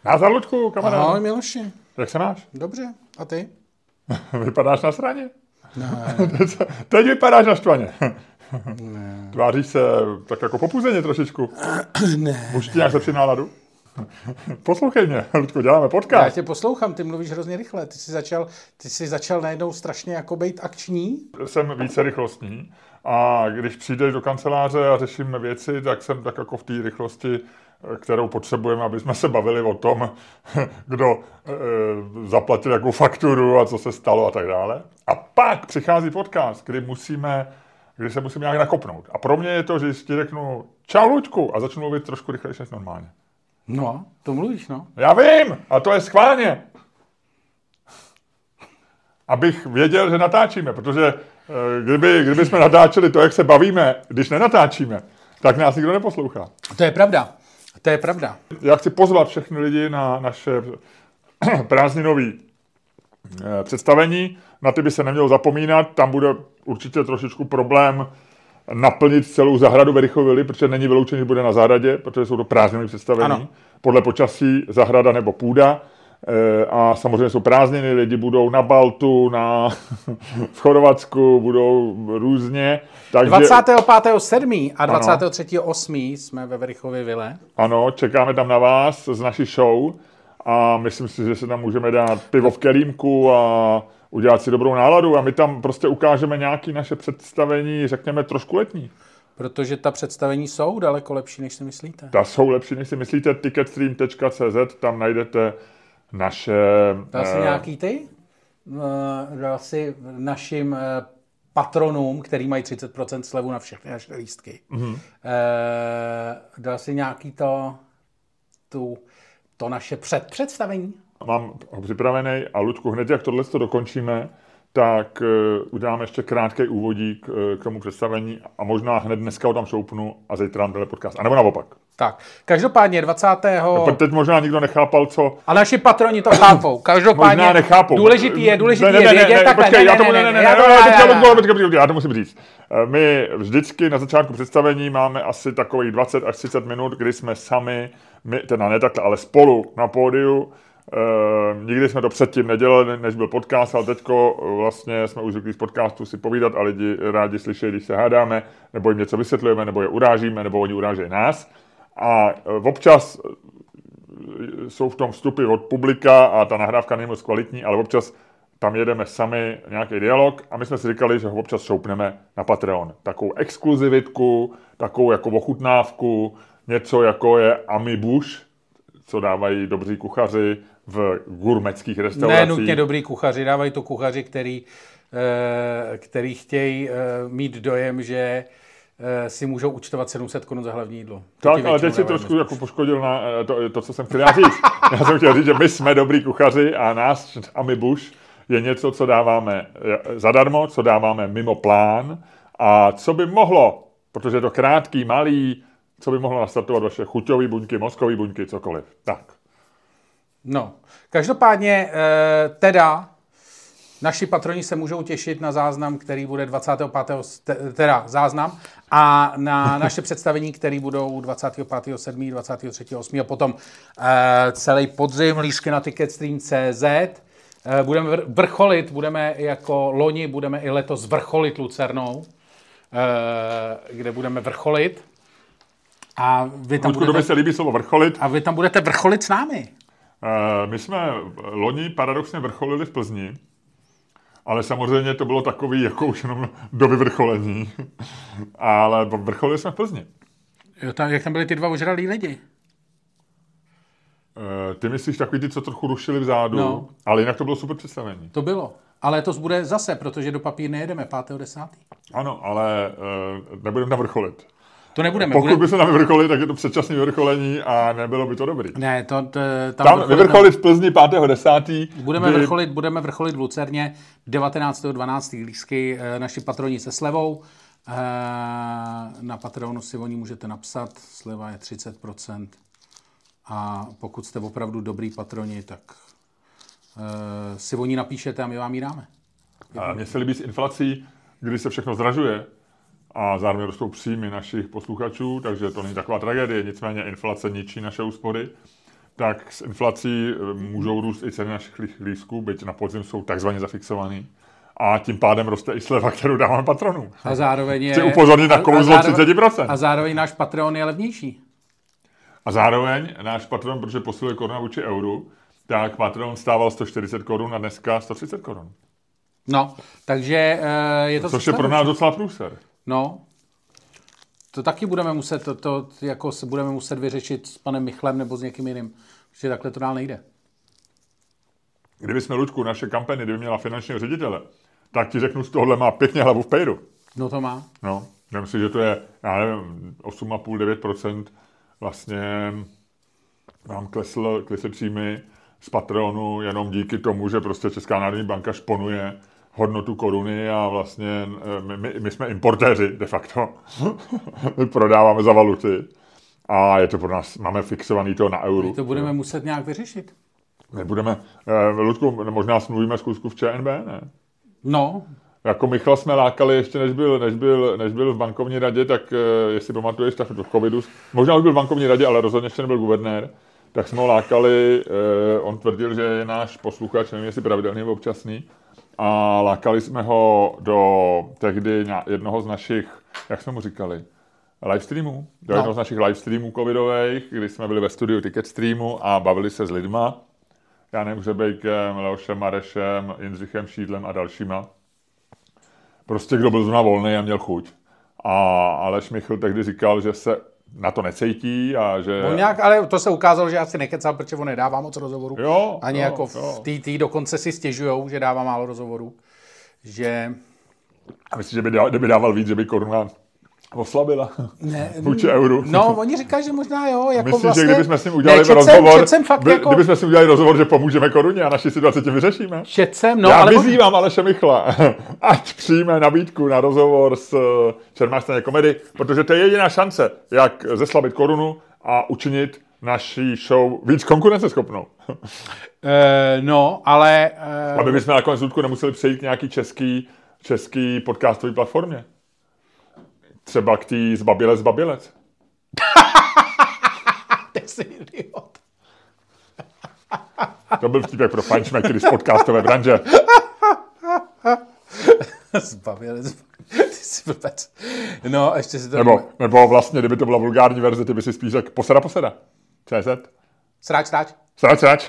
Nazdar, Luďku, kamarád. Ahoj, Miloši. Jak se máš? Dobře. A ty? Vypadáš na straně? Ne. Teď vypadáš naštvaně. Ne. Tváříš se tak jako popuzeně trošičku. Ne. Můžu ti nějak zlepšit náladu? Poslouchej mě, Luďku, děláme podcast. Já tě poslouchám, ty mluvíš hrozně rychle. Ty jsi začal najednou strašně jako být akční. Jsem více rychlostní a když přijdeš do kanceláře a řešíme věci, tak jsem tak jako v té rychlosti, kterou potřebujeme, aby jsme se bavili o tom, kdo zaplatil jakou fakturu a co se stalo a tak dále. A pak přichází podcast, kdy se musím nějak nakopnout. A pro mě je to, že ti řeknu čau, Luďku, a začnu mluvit trošku rychlejší než normálně. No, to mluvíš, no. Já vím, a to je schválně. Abych věděl, že natáčíme, protože kdyby jsme natáčeli to, jak se bavíme, když nenatáčíme, tak nás nikdo neposlouchá. To je pravda. To je pravda. Já chci pozvat všechny lidi na naše prázdninové představení. Na ty by se nemělo zapomínat. Tam bude určitě trošičku problém naplnit celou zahradu ve Rychovili, protože není vyloučený, že bude na zahradě, protože jsou to prázdninové představení. Ano. Podle počasí zahrada nebo půda. A samozřejmě jsou prázdniny, lidi budou na Baltu, v Chorvatsku, budou různě. Takže 25.7. a 23.8. jsme ve Verichově vile. Ano, čekáme tam na vás z naší show a myslím si, že se tam můžeme dát pivo v kelímku a udělat si dobrou náladu a my tam prostě ukážeme nějaké naše představení, řekněme, trošku letní. Protože ta představení jsou daleko lepší, než si myslíte. Ta jsou lepší, než si myslíte. Ticketstream.cz, tam najdete naše... Dal jsi nějaký ty? Dal jsi našim patronům, který mají 30% slevu na všechny naše lístky. Mm-hmm. Dal jsi nějaký to naše představení? Mám ho připravený a Luďku, hned jak tohle dokončíme, tak uděláme ještě krátký úvodík k tomu představení a možná hned dneska ho tam šoupnu a zítra nám dále podcast. A nebo naopak. Tak, každopádně 20. Teď možná nikdo nechápal, co... A naši patroni to chápou. Každopádně možná nechápou. Důležitý je vědět takhle. Počkej, já to musím říct. My vždycky na začátku představení máme asi takových 20 až 30 minut, kdy jsme sami, teda ne takhle, ale spolu na pódiu. Nikdy jsme to předtím nedělali, než byl podcast, ale teďko vlastně jsme už zvykli z podcastu si povídat a lidi rádi slyší, když se hádáme, nebo jim něco vysvětlujeme, nebo je urážíme, nebo oni urážejí nás. A občas jsou v tom vstupy od publika a ta nahrávka není moc kvalitní, ale občas tam jedeme sami nějaký dialog a my jsme si říkali, že ho občas šoupneme na Patreon. Takovou exkluzivitku, takovou jako ochutnávku, něco jako je Amibuš, co dávají dobří kuchaři v gurmetských restauracích. Ne nutně dobrý kuchaři, dávají to kuchaři, který chtějí mít dojem, že si můžou účtovat 700 Kč za hlavní jídlo. Tak, ale teď si trošku jako poškodil na to, co jsem chtěl říct. Já jsem chtěl říct, že my jsme dobrý kuchaři a náš Amibuš je něco, co dáváme zadarmo, co dáváme mimo plán a co by mohlo, protože je to krátký, malý, co by mohlo nastartovat vaše chuťové buňky, mozkové buňky, cokoliv. Tak. No, každopádně teda naši patroni se můžou těšit na záznam, který bude 25. teda záznam a na naše představení, které budou 25.7., 23.8. a potom celý podzim, lístky na Ticketstream.cz. Budeme vrcholit, budeme jako loni, budeme i letos vrcholit Lucernou, kde budeme vrcholit. A vy tam budete, se líbí slovo vrcholit. A vy tam budete vrcholit s námi. My jsme loni paradoxně vrcholili v Plzni, ale samozřejmě to bylo takový jako už jenom do vyvrcholení. Ale vrcholili jsme v Plzni. Jo, jak tam byli ty dva ožralí lidi? Ty myslíš takový ty, co trochu rušili vzadu, no. Ale jinak to bylo super představení. To bylo. Ale to bude zase, protože do Papír nejedeme 5.10. Ano, ale nebudeme tam vrcholit. To nebudeme. Pokud by se nám vyvrcholili, tak je to předčasné vyvrcholení a nebylo by to dobrý. Ne, tam vyvrcholit v Plzni 5.10. Budeme vrcholit v Lucerně 19.12. lístky naši patroni se slevou. Na Patreonu si o ní můžete napsat, sleva je 30%. A pokud jste opravdu dobrý patroni, tak si o ní napíšete a my vám ji dáme. Mně se líbí s inflací, kdy se všechno zdražuje a zároveň rostou příjmy našich posluchačů, takže to není taková tragédie, nicméně inflace ničí naše úspory. tak s inflací můžou růst i ceny našich lístků, byť na podzim jsou takzvaně zafixovaný. A tím pádem roste i sleva, kterou dáváme patronům. A zároveň je... Chci upozornit na kouzlo 30%. A zároveň náš Patreon je levnější. A zároveň náš Patreon, protože posiluje koruna vůči euru, tak Patreon stával 140 korun a dneska 130 korun. No, takže je to... Což je pro nás docela průser. No, to taky budeme muset, jako se budeme muset vyřešit s panem Michlem nebo s někým jiným, protože takhle to dál nejde. Kdyby jsme, Luďku, naše kampaně, kdyby měla finančního ředitele, tak ti řeknu, z tohohle má pěkně hlavu v pejru. No to má. No, myslím, že to je, já nevím, 8,5-9% vlastně nám klesly příjmy z Patreonu jenom díky tomu, že prostě Česká národní banka šponuje hodnotu koruny a vlastně my jsme importéři de facto. My prodáváme za valuty a je to pro nás, máme fixovaný to na euro. My to budeme muset nějak vyřešit. My budeme, Ludku, možná smluvíme zkusku v ČNB, ne? No. Jako Michala jsme lákali ještě než byl v bankovní radě, tak jestli pamatuješ, tak v covidu, možná už byl v bankovní radě, ale rozhodně ještě nebyl guvernér, tak jsme ho lákali, on tvrdil, že je náš posluchač, nevím, jestli pravidelný nebo občasný, a lákali jsme ho do tehdy jednoho z našich, jak jsme mu říkali, livestreamů, do jednoho z našich livestreamů covidových, kdy jsme byli ve studiu Ticket Streamu a bavili se s lidma, Janem Hřebejkem, Leošem Marešem, Jindřichem Šídlem a dalšíma. Prostě kdo byl zrovna volný a měl chuť. A Aleš Michl tehdy říkal, že se na to necítí a že... No nějak, ale to se ukázalo, že asi nekecal, protože on nedává moc rozhovorů. Ani jako v té dokonce si stěžujou, že dává málo rozhovorů. Že... A myslíš, že kdyby dával víc, že by koruna oslabila vůči euru? No, oni říkají, že možná jo. Jako myslíš, vlastně... že kdybychom s ním udělali rozhovor, kdybychom s ním udělali rozhovor, že pomůžeme koruně a naši situaci tím vyřešíme? Já vyzývám Aleše Michla, ať přijme nabídku na rozhovor s Čermáčtaně komedy, protože to je jediná šance, jak zeslabit korunu a učinit naší show víc konkurenceschopnou. No, ale... Aby bychom nakonec, Ludku, nemuseli přejít k nějaký český podcastový platformě. Třeba k tý Zbabělec. Ty jsi idiot. To byl vtipek pro fajnšmekery z podcastové branže. Zbabělec. Ty jsi blbec. No, ještě si to... Nebo vlastně, kdyby to byla vulgární verze, ty by si spíš řekl poseda. CZ. Sráč.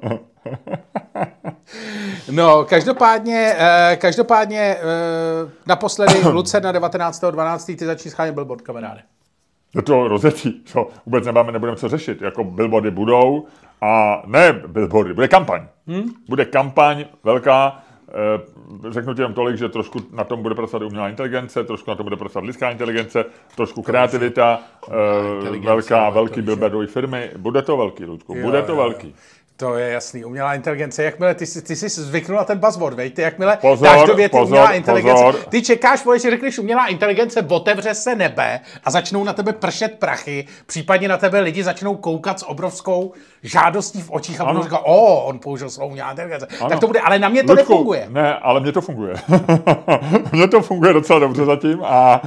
No, každopádně naposledy Lucer na 19.12. ty začni schánět billboard, kamaráde. Je to rozjetí, to vůbec nebudeme co řešit. Jako billboardy budou a ne billboardy, bude kampaň. Bude kampaň velká, řeknu ti jenom tolik, že trošku na tom bude pracovat umělá inteligence, trošku na tom bude pracovat lidská inteligence, trošku kreativita, velký billboardové firmy. Bude to velký, Ludku, bude to velký. To je jasný. Umělá inteligence, jakmile ty jsi zvyknul na ten buzzword, vej? Ty jakmile dáš do věty umělá inteligence, ty čekáš, vole, že řekneš umělá inteligence, otevře se nebe a začnou na tebe pršet prachy, případně na tebe lidi začnou koukat s obrovskou žádostí v očích a budou říkat, on použil slovo umělá inteligence. Ano. Tak to bude, ale na mě to Ludku, nefunguje. Ne, ale mně to funguje. Mně to funguje docela dobře zatím a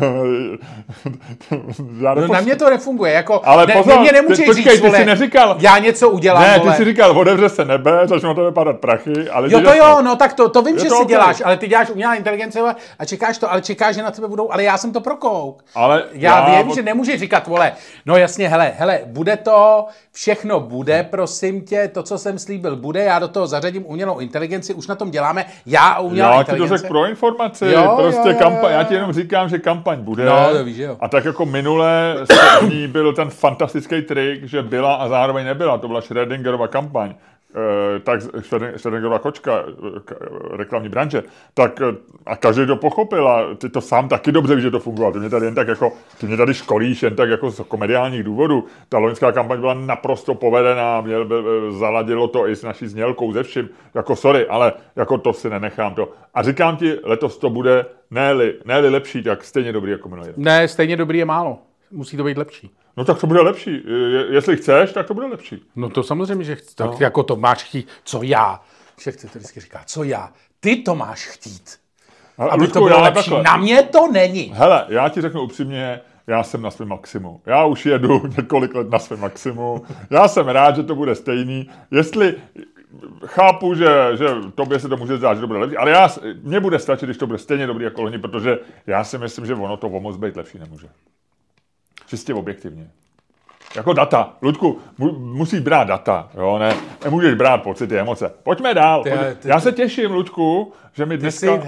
na mě to nefunguje, jako ale pozor, mě nemůžeš říct, ty jsi neříkal, já něco udělám, ne, ty jsi říkal, otevře se nebe, začnou na tebe padat prachy, ale no tak to vím, že si děláš, ale ty děláš umělá inteligence a čekáš to, ale čekáš, že na tebe budou, ale já jsem to prokouk. Ale já vím, že nemůžeš říkat, vole, no jasně, hele, bude to, všechno bude, prosím tě, to, co jsem slíbil, bude, já do toho zařadím umělou inteligenci, už na tom děláme, já umělá inteligence. Já ti to řekl pro informaci, kampaň, já ti jenom říkám, že kampaň bude. No, to víš, jo. A tak jako minule v ní byl ten fantastický trik, že byla a zároveň nebyla, to byla Schrödingerova kampaň. Tak Schrödingerova kočka reklamní branže, tak a každý to pochopil a ty to sám taky dobře víš, že to fungovalo. Ty mě tady školíš jen tak jako z komediálních důvodů. Ta loňská kampaň byla naprosto povedená, zaladilo to i s naší znělkou, ze vším, jako sorry, ale jako to si nenechám to. A říkám ti, letos to bude ne-li lepší, tak stejně dobrý jako minulý rok. Ne, stejně dobrý je málo. Musí to být lepší. No tak to bude lepší. Jestli chceš, tak to bude lepší. No to samozřejmě, že chci. Tak jako to máš chtít. Co já? Všechny to vždycky říká. Co já? Ty to máš chtít. Aby to bylo lepší. Na mě to není. Hele, já ti řeknu upřímně, já jsem na svém maximu. Já už jedu několik let na svém maximu. Já jsem rád, že to bude stejný. Jestli chápu, že tobě se to může zdát, že to bude lepší, ale mně bude stačit, když to bude stejně dobrý jako loni, protože já si myslím, že ono to o moc být lepší nemůže. Čistě objektivně. Jako data. Ludku, musí brát data, jo, ne? Nemůžeš brát pocity, emoce. Pojďme dál. Já se těším, Ludku, že mi dneska...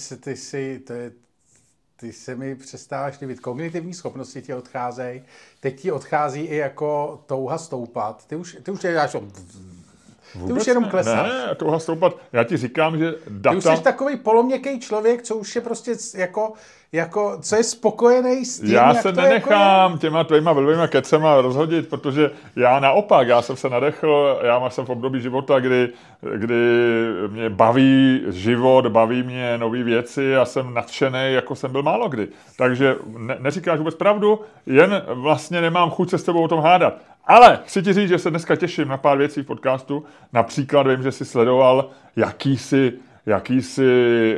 Ty se mi přestáváš líbit. Kognitivní schopnosti ti odcházejí. Teď ti odchází i jako touha stoupat. Ty už děláš ty už jenom klesáš. Ne, touha stoupat. Já ti říkám, že data... Ty už jsi takový poloměkký člověk, co už je prostě jako co je spokojený s tím, já jak se to nenechám jako těma tvojima blbýma kecema rozhodit, protože já naopak, já jsem se nadechl, já jsem v období života, kdy mě baví život, baví mě nový věci a jsem nadšený, jako jsem byl málo kdy. Takže neříkáš vůbec pravdu, jen vlastně nemám chuť se s tebou o tom hádat. Ale chci ti říct, že se dneska těším na pár věcí v podcastu. Například vím, že jsi sledoval jakýsi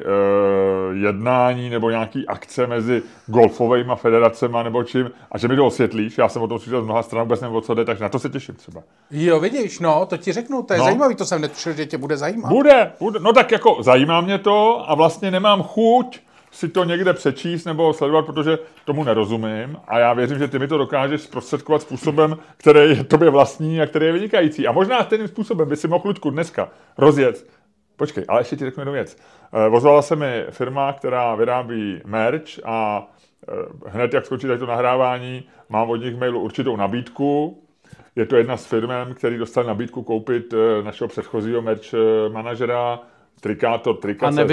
jednání nebo nějaký akce mezi golfovými federacemi nebo čím a že mi to osvětlíš. Já jsem o tom slyšel z mnoha stran, vůbec nevím, o co jde, takže na to se těším třeba. Jo, vidíš, no, to ti řeknu, to je zajímavý, to jsem netušil, že tě bude zajímat. Bude, no tak jako zajímá mě to a vlastně nemám chuť si to někde přečíst nebo sledovat, protože tomu nerozumím a já věřím, že ty mi to dokážeš zprostředkovat způsobem, který je tobě vlastní a který je vynikající. A možná stejným způsobem by si mohl, Ludku, dneska rozjet. Počkej, ale ještě ti řeknu jednu věc. Ozvala se mi firma, která vyrábí merch a hned, jak skočí tady to nahrávání, mám od nich mailu určitou nabídku. Je to jedna z firm, který dostal nabídku koupit našeho předchozího merch manažera, Trikátor, Trika.cz. A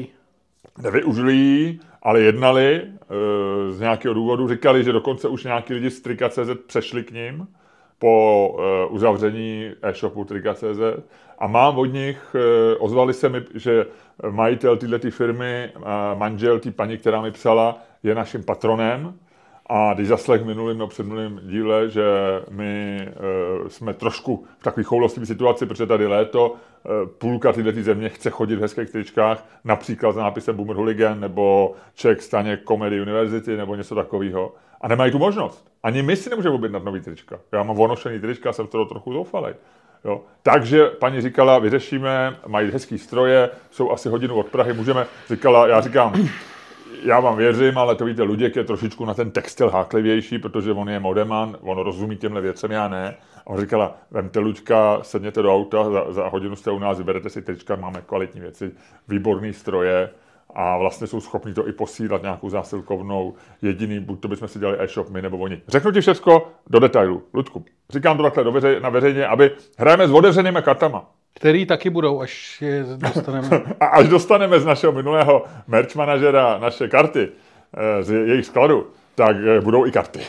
Nevyužili, ale jednali z nějakého důvodu. Říkali, že dokonce už nějaký lidi z Trika.cz přešli k ním po uzavření e-shopu Trika.cz a mám od nich, ozvali se mi, že majitel této firmy, manžel té paní, která mi psala, je naším patronem. A když zaslech v předminulém díle, že my jsme trošku v takové choulostivé situaci, protože tady léto, půlka této země chce chodit v hezkých tričkách, například s nápisem Boomer Hooligan nebo Czech Staněk Comedy University nebo něco takového. A nemají tu možnost. Ani my si nemůžeme objednat nový trička. Já mám onošený trička, jsem toho trochu zoufalej. Jo. Takže paní říkala, vyřešíme, mají hezký stroje, jsou asi hodinu od Prahy, já říkám, já vám věřím, ale to víte, Luděk je trošičku na ten textil háklivější, protože on je modeman, on rozumí těmhle věcem, já ne. A on říkala, vemte Luďka, sedněte do auta, za hodinu jste u nás, vyberete si trička, máme kvalitní věci, výborný stroje a vlastně jsou schopni to i posílat nějakou zásilkovnou. Jediný, buď to bychom si dělali e-shop my nebo oni. Řeknu ti všecko do detailu. Ludku, říkám to takhle na veřejně, aby hrajeme s otevřenýma kartama. Který taky budou, až je dostaneme. A až dostaneme z našeho minulého merch manažera naše karty, z jejich skladu, tak budou i karty.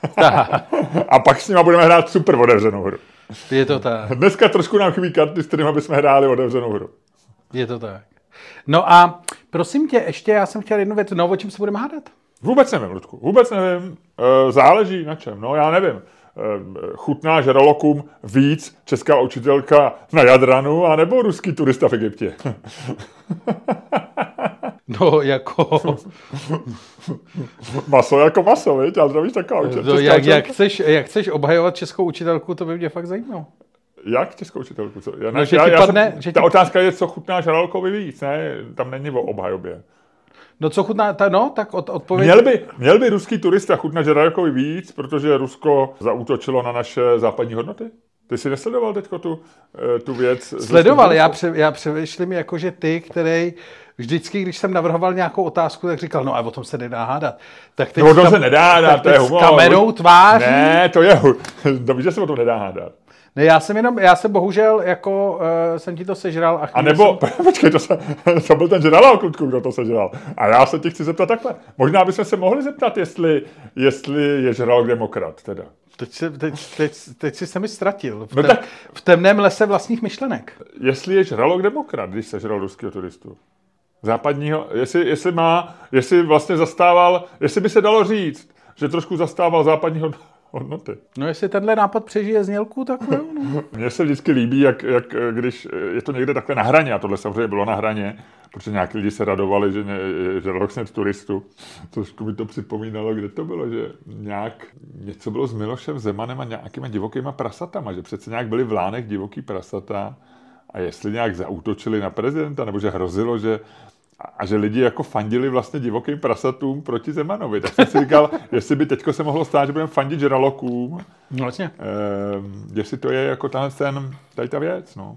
A pak s nima budeme hrát super otevřenou hru. Je to tak. Dneska trošku nám chybí karty, s kterými bychom hráli otevřenou hru. Je to tak. No a prosím tě, ještě já jsem chtěl jednu věc, o čem se budeme hádat? Vůbec nevím, Ludku, vůbec nevím. Záleží na čem, no já nevím. Chutná žralokum víc česká učitelka na Jadranu, anebo ruský turista v Egyptě? No, jako... Maso jako maso, viď? Ale to víš taková no, jak chceš obhajovat českou učitelku, to by mě fakt zajímalo. Jak českou učitelku? Ta otázka je, co chutná žralokovi víc, ne? Tam není o obhajobě. No co chutná, tak odpověď... Měl by ruský turista chutnat žralokovi víc, protože Rusko zaútočilo na naše západní hodnoty? Ty jsi nesledoval teďko tu věc? Sledoval, já přemýšlím jako, že ty, který vždycky, když jsem navrhoval nějakou otázku, tak říkal, no a o tom se nedá hádat. Tak teď o tom se nedá hádat, to je humor. S kamerou tváří. Ne, to je víš, že se o tom nedá hádat. Ne, já jsem bohužel, jako jsem ti to sežral. A nebo, počkej, to byl ten žralok, Ludku, kdo to sežral. A já se ti chci zeptat takhle. Možná bychom se mohli zeptat, jestli je žralok demokrat, teda. Teď jsi se mi ztratil. V temném lese vlastních myšlenek. Jestli je žralok demokrat, když sežral ruského turistu. Západního, jestli vlastně zastával, jestli by se dalo říct, že trošku zastával západní hodnoty. No jestli tenhle nápad přežije znělku, tak jo. No. Mně se vždycky líbí, jak když je to někde takhle na hraně, a tohle samozřejmě bylo na hraně, protože nějaký lidi se radovali, že Roxnet turistu, trošku mi to připomínalo, kde to bylo, že něco bylo s Milošem Zemanem a nějakýma divokýma prasatama, že přece nějak byli v Lánech divoký prasata a jestli nějak zaútočili na prezidenta, nebo že hrozilo, že lidi jako fandili vlastně divokým prasatům proti Zemanovi. Tak jsem si říkal, jestli by teďko se mohlo stát, že budeme fandit žralokům. No vlastně. Jestli to je jako tady ta věc, no.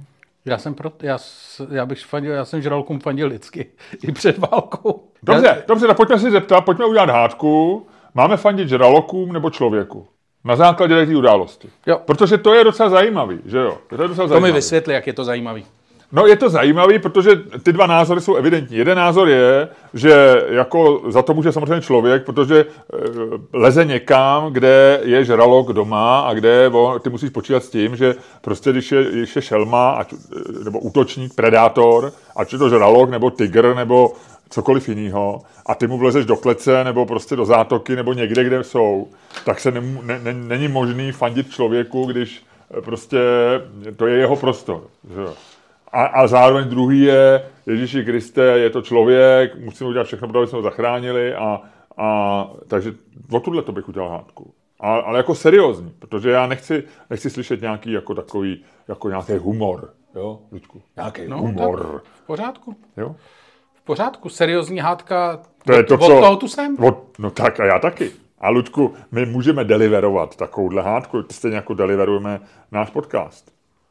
Já bych fandil, já jsem žralokům fandil lidsky. I před válkou. Dobře, tak pojďme si zeptat, pojďme udělat hádku. Máme fandit žralokům nebo člověku? Na základě té události. Jo. Protože to je docela zajímavý, že jo? To mi vysvětli, jak je to zajímavý. No je to zajímavý, protože ty dva názory jsou evidentní. Jeden názor je, že jako za to může samozřejmě člověk, protože leze někam, kde je žralok doma a kde ty musíš počítat s tím, že prostě když je šelma nebo útočník, predátor, ať je to žralok nebo tygr nebo cokoliv jiného, a ty mu vlezeš do klece nebo prostě do zátoky nebo někde, kde jsou, tak se není možný fandit člověku, když prostě to je jeho prostor. Že jo? A zároveň druhý je, Ježíši Kriste, je to člověk, musíme udělat všechno, protože jsme ho zachránili takže o tuhle to bych udělal hádku. Ale jako seriózní, protože já nechci slyšet nějaký jako takový, jako nějaký humor, jo, Luďku? Nějaký humor. V pořádku. Jo? V pořádku, seriózní hádka, to je to, od toho tu jsem. No tak a já taky. A Luďku, my můžeme deliverovat takovouhle hádku, stejně jako deliverujeme náš podcast.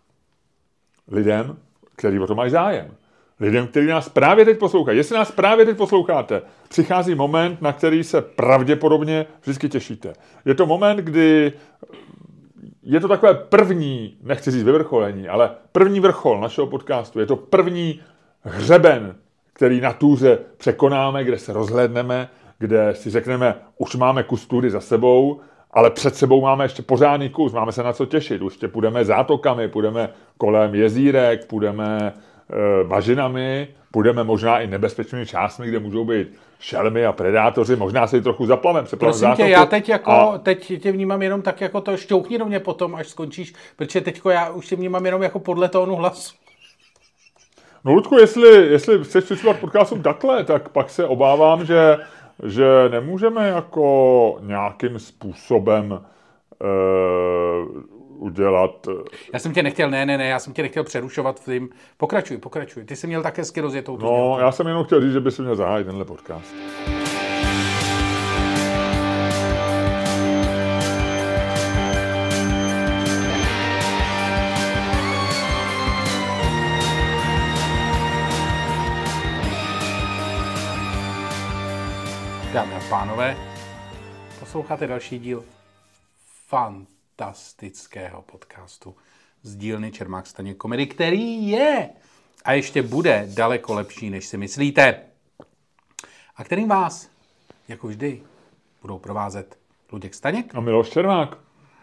Lidem, který o to mají zájem. Lidem, kteří nás právě teď poslouchají. Jestli nás právě teď posloucháte, přichází moment, na který se pravděpodobně vždycky těšíte. Je to moment, kdy je to takové první, nechci říct vyvrcholení, ale první vrchol našeho podcastu. Je to první hřeben, který na túře překonáme, kde se rozhlédneme, kde si řekneme, už máme kus tury za sebou, ale před sebou máme ještě pořádný kus, máme se na co těšit. Už půjdeme zátokami, půjdeme kolem jezírek, půjdeme bažinami, půjdeme možná i nebezpečnými částmi, kde můžou být šelmy a predátoři, možná se i trochu zaplavem. Prosím tě, já teď tě vnímám jenom tak, jako to šťouchni do mě potom, až skončíš, protože teďko já už tě vnímám jenom jako podle tónu hlasu. No Ludku, jestli chceš přistupovat podcastům takhle, tak pak se obávám, že nemůžeme jako nějakým způsobem udělat... Já jsem tě nechtěl přerušovat v tím. Pokračuj. Ty jsi měl také hezky rozjetou tu znělku. Já jsem jenom chtěl říct, že bys měl zahájit tenhle podcast. Dámy a pánové, posloucháte další díl fantastického podcastu z dílny Čermák Staněk Komedy, který je a ještě bude daleko lepší, než si myslíte. A kterým vás, jako vždy, budou provázet Luděk Staněk a Miloš Čermák.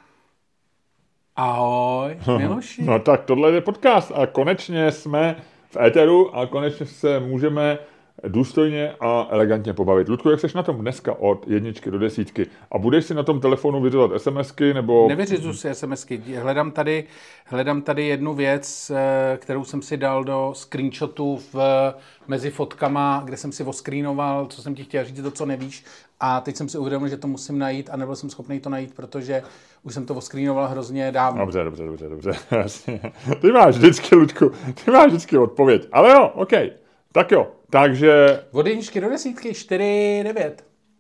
Ahoj, Miloši. No tak tohle je podcast a konečně jsme v éteru a konečně se můžeme důstojně a elegantně pobavit. Ludku, jak seš na tom dneska od 1 do 10? A budeš si na tom telefonu vyřizovat SMSky, nebo... Nevyřizuji si SMSky. Hledám tady jednu věc, kterou jsem si dal do screenshotu mezi fotkama, kde jsem si oscreenoval, co jsem ti chtěl říct, to, co nevíš. A teď jsem si uvědomil, že to musím najít a nebyl jsem schopný to najít, protože už jsem to oscreenoval hrozně dávno. Dobře. Ty máš vždycky, Ludku, odpověď. Ale jo, OK. Tak jo, takže... Od 1 do 10, 4,9.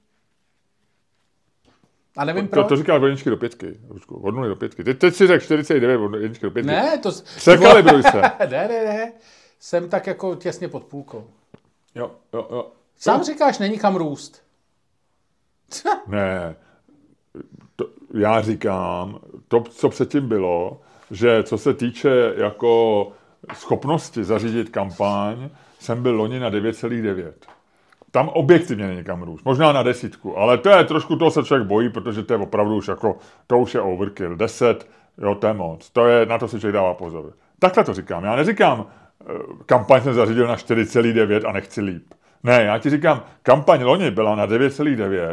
A nevím proč. To říkal od 1 do 5, Ludku, od 0 do 5. Teď si řekl 49 od 1 do 5. Ne, to... Překalibruj se. Ne. Jsem tak jako těsně pod půlkou. Jo. Sám říkáš, není kam růst. Ne, já říkám, to, co předtím bylo, že co se týče jako schopnosti zařídit kampaň, jsem byl loni na 9,9. Tam objektivně není kam růst. Možná na 10, ale to je trošku, toho se člověk bojí, protože to je opravdu už jako, to už je overkill. 10, jo, to je moc. Na to si člověk dává pozor. Takhle to říkám. Já neříkám, kampaň jsem zařídil na 4,9 a nechci líp. Ne, já ti říkám, kampaň loni byla na 9,9,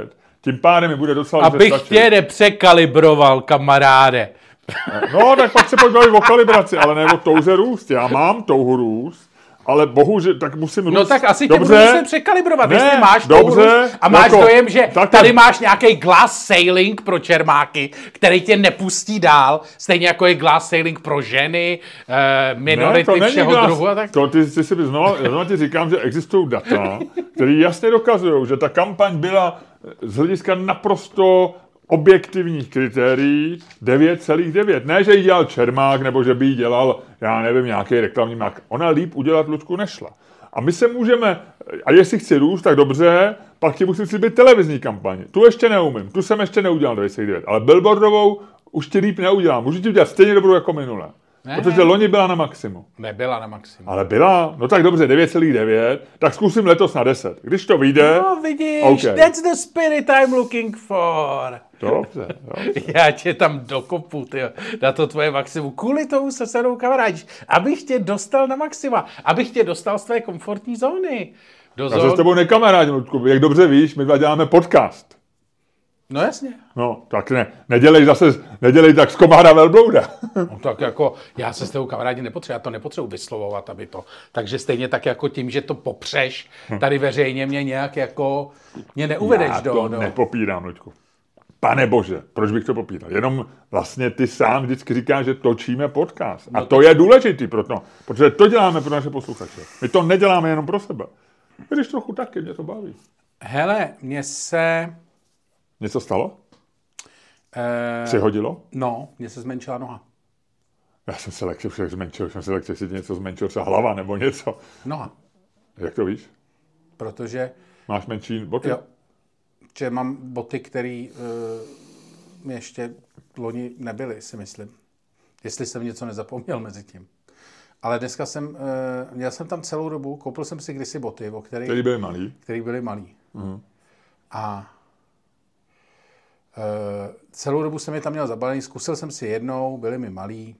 Tím pádem mi bude docela Abych tě nepřekalibroval, kamaráde. No, tak pak se pojď bavit o kalibraci, ale ne o touze růst. Já mám touhu růst, ale bohužel, tak musím růst. No tak asi tě budu muset překalibrovat, jestli máš dobře, touhu růst a máš jako, dojem, že tady máš nějaký glass sailing pro čermáky, který tě nepustí dál, stejně jako je glass sailing pro ženy, minority všeho druhu a tak. To ty si znova ti říkám, že existují data, které jasně dokazují, že ta kampaň byla z hlediska naprosto objektivních kritérií 9,9. Ne, že jí dělal Čermák, nebo že by jí dělal, já nevím, nějaký reklamní mák. Ona líp udělat, Luďku, nešla. A my se můžeme, a jestli chci růst, tak dobře, pak ti musím si být televizní kampaň. Tu ještě neumím, tu jsem ještě neudělal 9,9. Ale billboardovou už ti líp neudělám. Můžu ti udělat stejně dobrou jako minule. Ne. Protože loni byla na maximu. Nebyla na maximu. Ale byla? No tak dobře, 9,9. Tak zkusím letos na 10. Když to vyjde... No vidíš, okay. That's the spirit I'm looking for. Dobře. Já tě tam dokopu, tyjo, na to tvoje maximum. Kvůli tomu se mnou kamarádíš. Abych tě dostal na maxima. Abych tě dostal z tvé komfortní zóny. Já se s tebou nekamarádím, Ludku. Jak dobře víš, my dva děláme podcast. No jasně. No, tak ne. Nedělej tak z komára velblouda. No tak jako, já se s tebou kamarádi nepotřebuji, já to nepotřebuji vyslovovat, aby to. Takže stejně tak jako tím, že to popřeš, tady veřejně mě nějak jako, mě neuvedeš já to nepopírám, Luďku. Pane bože, proč bych to popíral? Jenom vlastně ty sám vždycky říkáš, že točíme podcast. A to je důležitý proto, protože to děláme pro naše posluchače. My to neděláme jenom pro sebe. Když trochu taky, mě to baví. Hele, mně se... Něco stalo? Přihodilo? No, mně se zmenšila noha. Já jsem se lehce však zmenšil. Jsem se lehce si něco zmenšil, třeba hlava nebo něco. Noha. Jak to víš? Protože... Máš menší boty? Jo. Že mám boty, které mi ještě loni nebyly, si myslím. Jestli jsem něco nezapomněl mezi tím. Ale dneska měl jsem tam celou dobu, koupil jsem si kdysi boty, které byly malý. Které byly malý. A celou dobu jsem je tam měl zabalený, zkusil jsem si jednou, byly mi malý,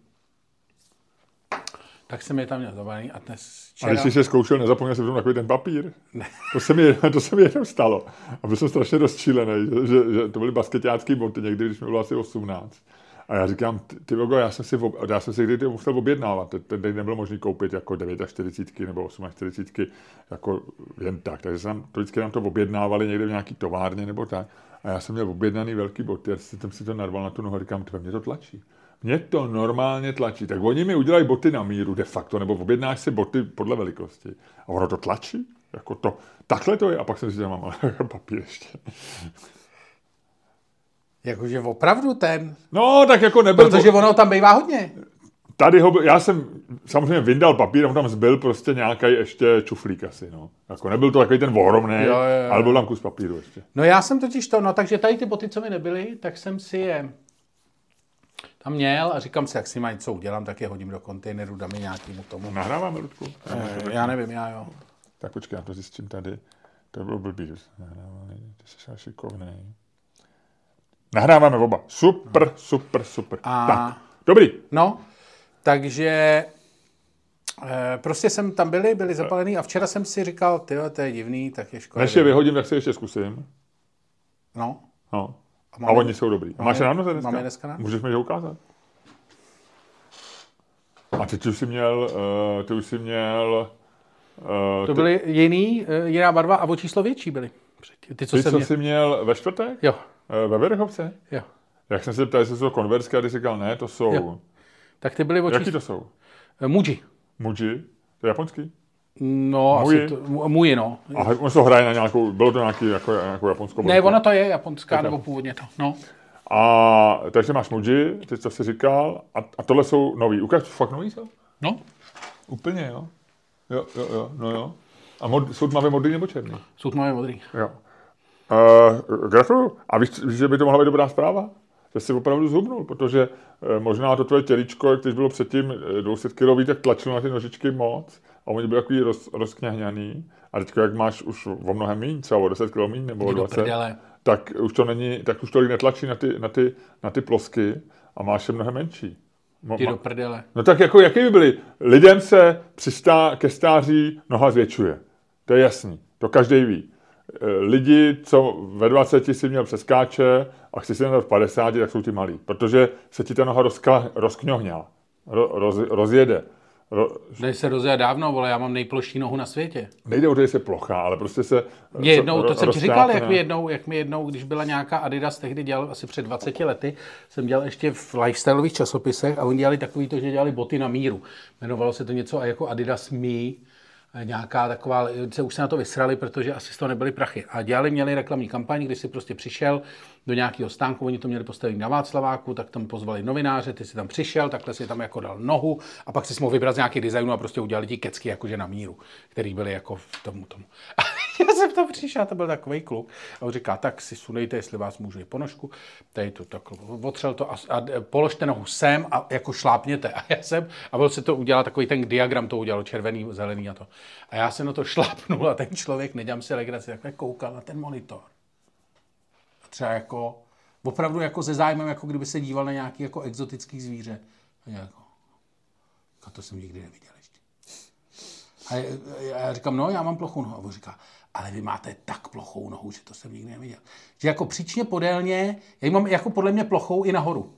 tak jsem je tam měl zabalený a dnes včera... A když jsi se zkoušel, nezapomněl jsem takový ten papír? Ne. To se mi jednou stalo. A byl jsem strašně rozčílený, že to byly basketácký boty někdy, když mi bylo asi 18. A já říkám, ty vogo, já jsem si kdy musel objednávat. Teď nebylo možné koupit jako 49 nebo 48 jako jen tak. Takže to vždycky nám to objednávali někde v nějaký továrně nebo tak. A já jsem měl objednaný velký boty a jsem si to narval na tu nohu a říkám, mě to tlačí. Mě to normálně tlačí. Tak oni mi udělají boty na míru de facto, nebo objednáš si boty podle velikosti. A ono to tlačí. Jako to, takhle to je. A pak jsem si říkal, mám papír ještě. Jakože opravdu ten? No, tak jako nebyl... Protože ono tam bývá hodně. Tady já jsem samozřejmě vyndal papír, tam zbyl prostě nějaký ještě čuflík asi, no. Jako nebyl to takový ten ohromný, ale byl tam kus papíru ještě. No já jsem totiž takže tady ty boty, co mi nebyly, tak jsem si je tam měl a říkám si, jak si něco udělám, tak je hodím do kontejneru, dám je nějakému tomu. Nahráváme, Ludku? Já nevím, já jo. Tak počkej, já to zjistím tady. To bylo blbý, ty jsi šikovnej. Nahráváme oba. Super. Tak, dobrý. No, takže prostě jsem tam byli zapalený a včera jsem si říkal, tyjo, to je divný, tak je škoda. Než je vyhodím, tak si ještě zkusím. No. A oni jsou dobrý. A máš ráno dneska? Máme dneska ráno. Můžeš mi to ukázat? A ty už jsi měl... To byly jiná barva a o číslo větší byly. Ty, co jsi měl ve čtvrtek? Jo. Ve Věrchovce? Jo. Jak jsem se ptal, jestli jsou konversky, a ty jsi říkal, ne, to jsou... Jo. Tak ty byly o číslo... Jaký to jsou? Muji. Muji? To je japonský? No, asi to... Muji, no. A on se hraje na nějakou... Bylo to nějakou japonskou... Ne, ona to je japonská, nebo původně to, no. A takže máš Muji, ty co jsi říkal, a tohle jsou nový. Ukáž, fakt nový jsou? No. Úplně, jo. Jo. A jsou tmavě modrý nebo černý? Jsou tmavě modrý. Jo. Gratuluju. A víš, že by to mohla být dobrá zpráva? Že jsi opravdu zhubnul, protože možná to tvoje těličko, když bylo předtím 200 kilový, tak tlačilo na ty nožičky moc a oni byli takový rozkňahňaný. A teď, jak máš už o mnohem míň, třeba o 10 kg míň nebo o 20, tak už to není, tak už tolik netlačí na ty plosky a máš je mnohem menší. Ty do prdele. No tak jako, jaký by byly? Lidem se ke stáří noha zvětšuje. To je jasný. To každý ví. lidi, co ve 20 si měl přeskáče a chci si v 50, tak jsou ti malí, protože se ti ta noha rozkňohňá, rozjede. Když se rozjede dávno, vole, já mám nejplošší nohu na světě. Nejde o to, že se plochá, ale prostě se... Mě jednou, to jsem ti říkal, jak mi jednou, když byla nějaká Adidas, tehdy dělal asi před 20 lety, jsem dělal ještě v lifestyleových časopisech a oni dělali takový to, že dělali boty na míru. Jmenovalo se to něco jako Adidas Me, nějaká taková, už se na to vysrali, protože asi z toho nebyly prachy. A měli reklamní kampaň, kdy si prostě přišel do nějakého stánku, oni to měli postavit na Václaváku, tak tam pozvali novináře, ty si tam přišel, takhle si tam jako dal nohu a pak si mohl vybrat z nějakých designů a prostě udělali ti kecky jakože na míru, který byly jako v tomu. A já jsem tam přišel, to byl takovej kluk a on říká, tak si sunejte, jestli vás můžu jít ponožku, tady to takhle otřel to a položte nohu sem a jako šlápněte. A já jsem, a byl se to udělal takový ten diagram, to udělal červený, zelený a to. A já jsem na to šlápnul a ten člověk, nedělám si legraci, takhle koukal na ten monitor. A třeba jako, opravdu jako se zájmem, jako kdyby se díval na nějaký jako exotický zvíře. A jako to jsem nikdy neviděl ještě. A já říkám, no, já mám plochou nohu. A on říká, ale vy máte tak plochou nohu, že to jsem nikdy neviděl. Že jako příčně podélně, já mám jako podle mě plochou i nahoru.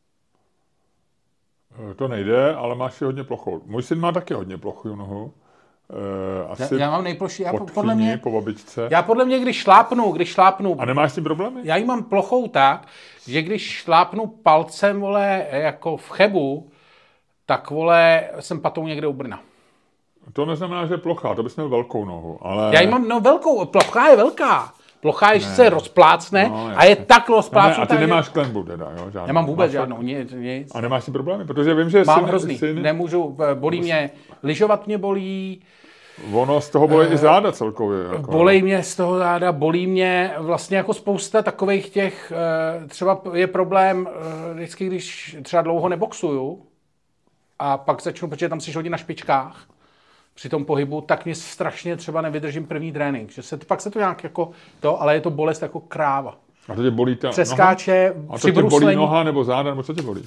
To nejde, ale máš ji hodně plochou. Můj syn má taky hodně plochou nohu. Asi já mám nejploší, po babičce. Já podle mě, když šlápnu. A nemáš s tím problémy? Já ji mám plochou tak, že když šlápnu palcem, vole, jako v Chebu, tak, vole, jsem patou někde u Brna. To neznamená, že je plochá, to bys měl velkou nohu, ale... Já ji mám, velkou, plochá je velká. Plochá je, že se rozplácne a je tak rozplácnutá. A ty nemáš klenbu teda, jo? Žádnou. Nemám vůbec žádnou, nic. A nemáš si problémy, protože vím, že mám hrozný, nemůžu, bolí mě, lyžovat mě bolí. Ono z toho bolí i záda celkově. Jako. Bolí mě z toho záda, bolí mě vlastně jako spousta takových těch, třeba je problém vždycky, když třeba dlouho neboxuju a pak začnu, protože tam si hodit na špičkách, při tom pohybu, tak mě strašně třeba nevydržím první trénink. Že pak se to nějak jako to, ale je to bolest jako kráva. A to tě bolí ta přeskáče, noha? A to tě bolí noha nebo záda, nebo co tě bolí?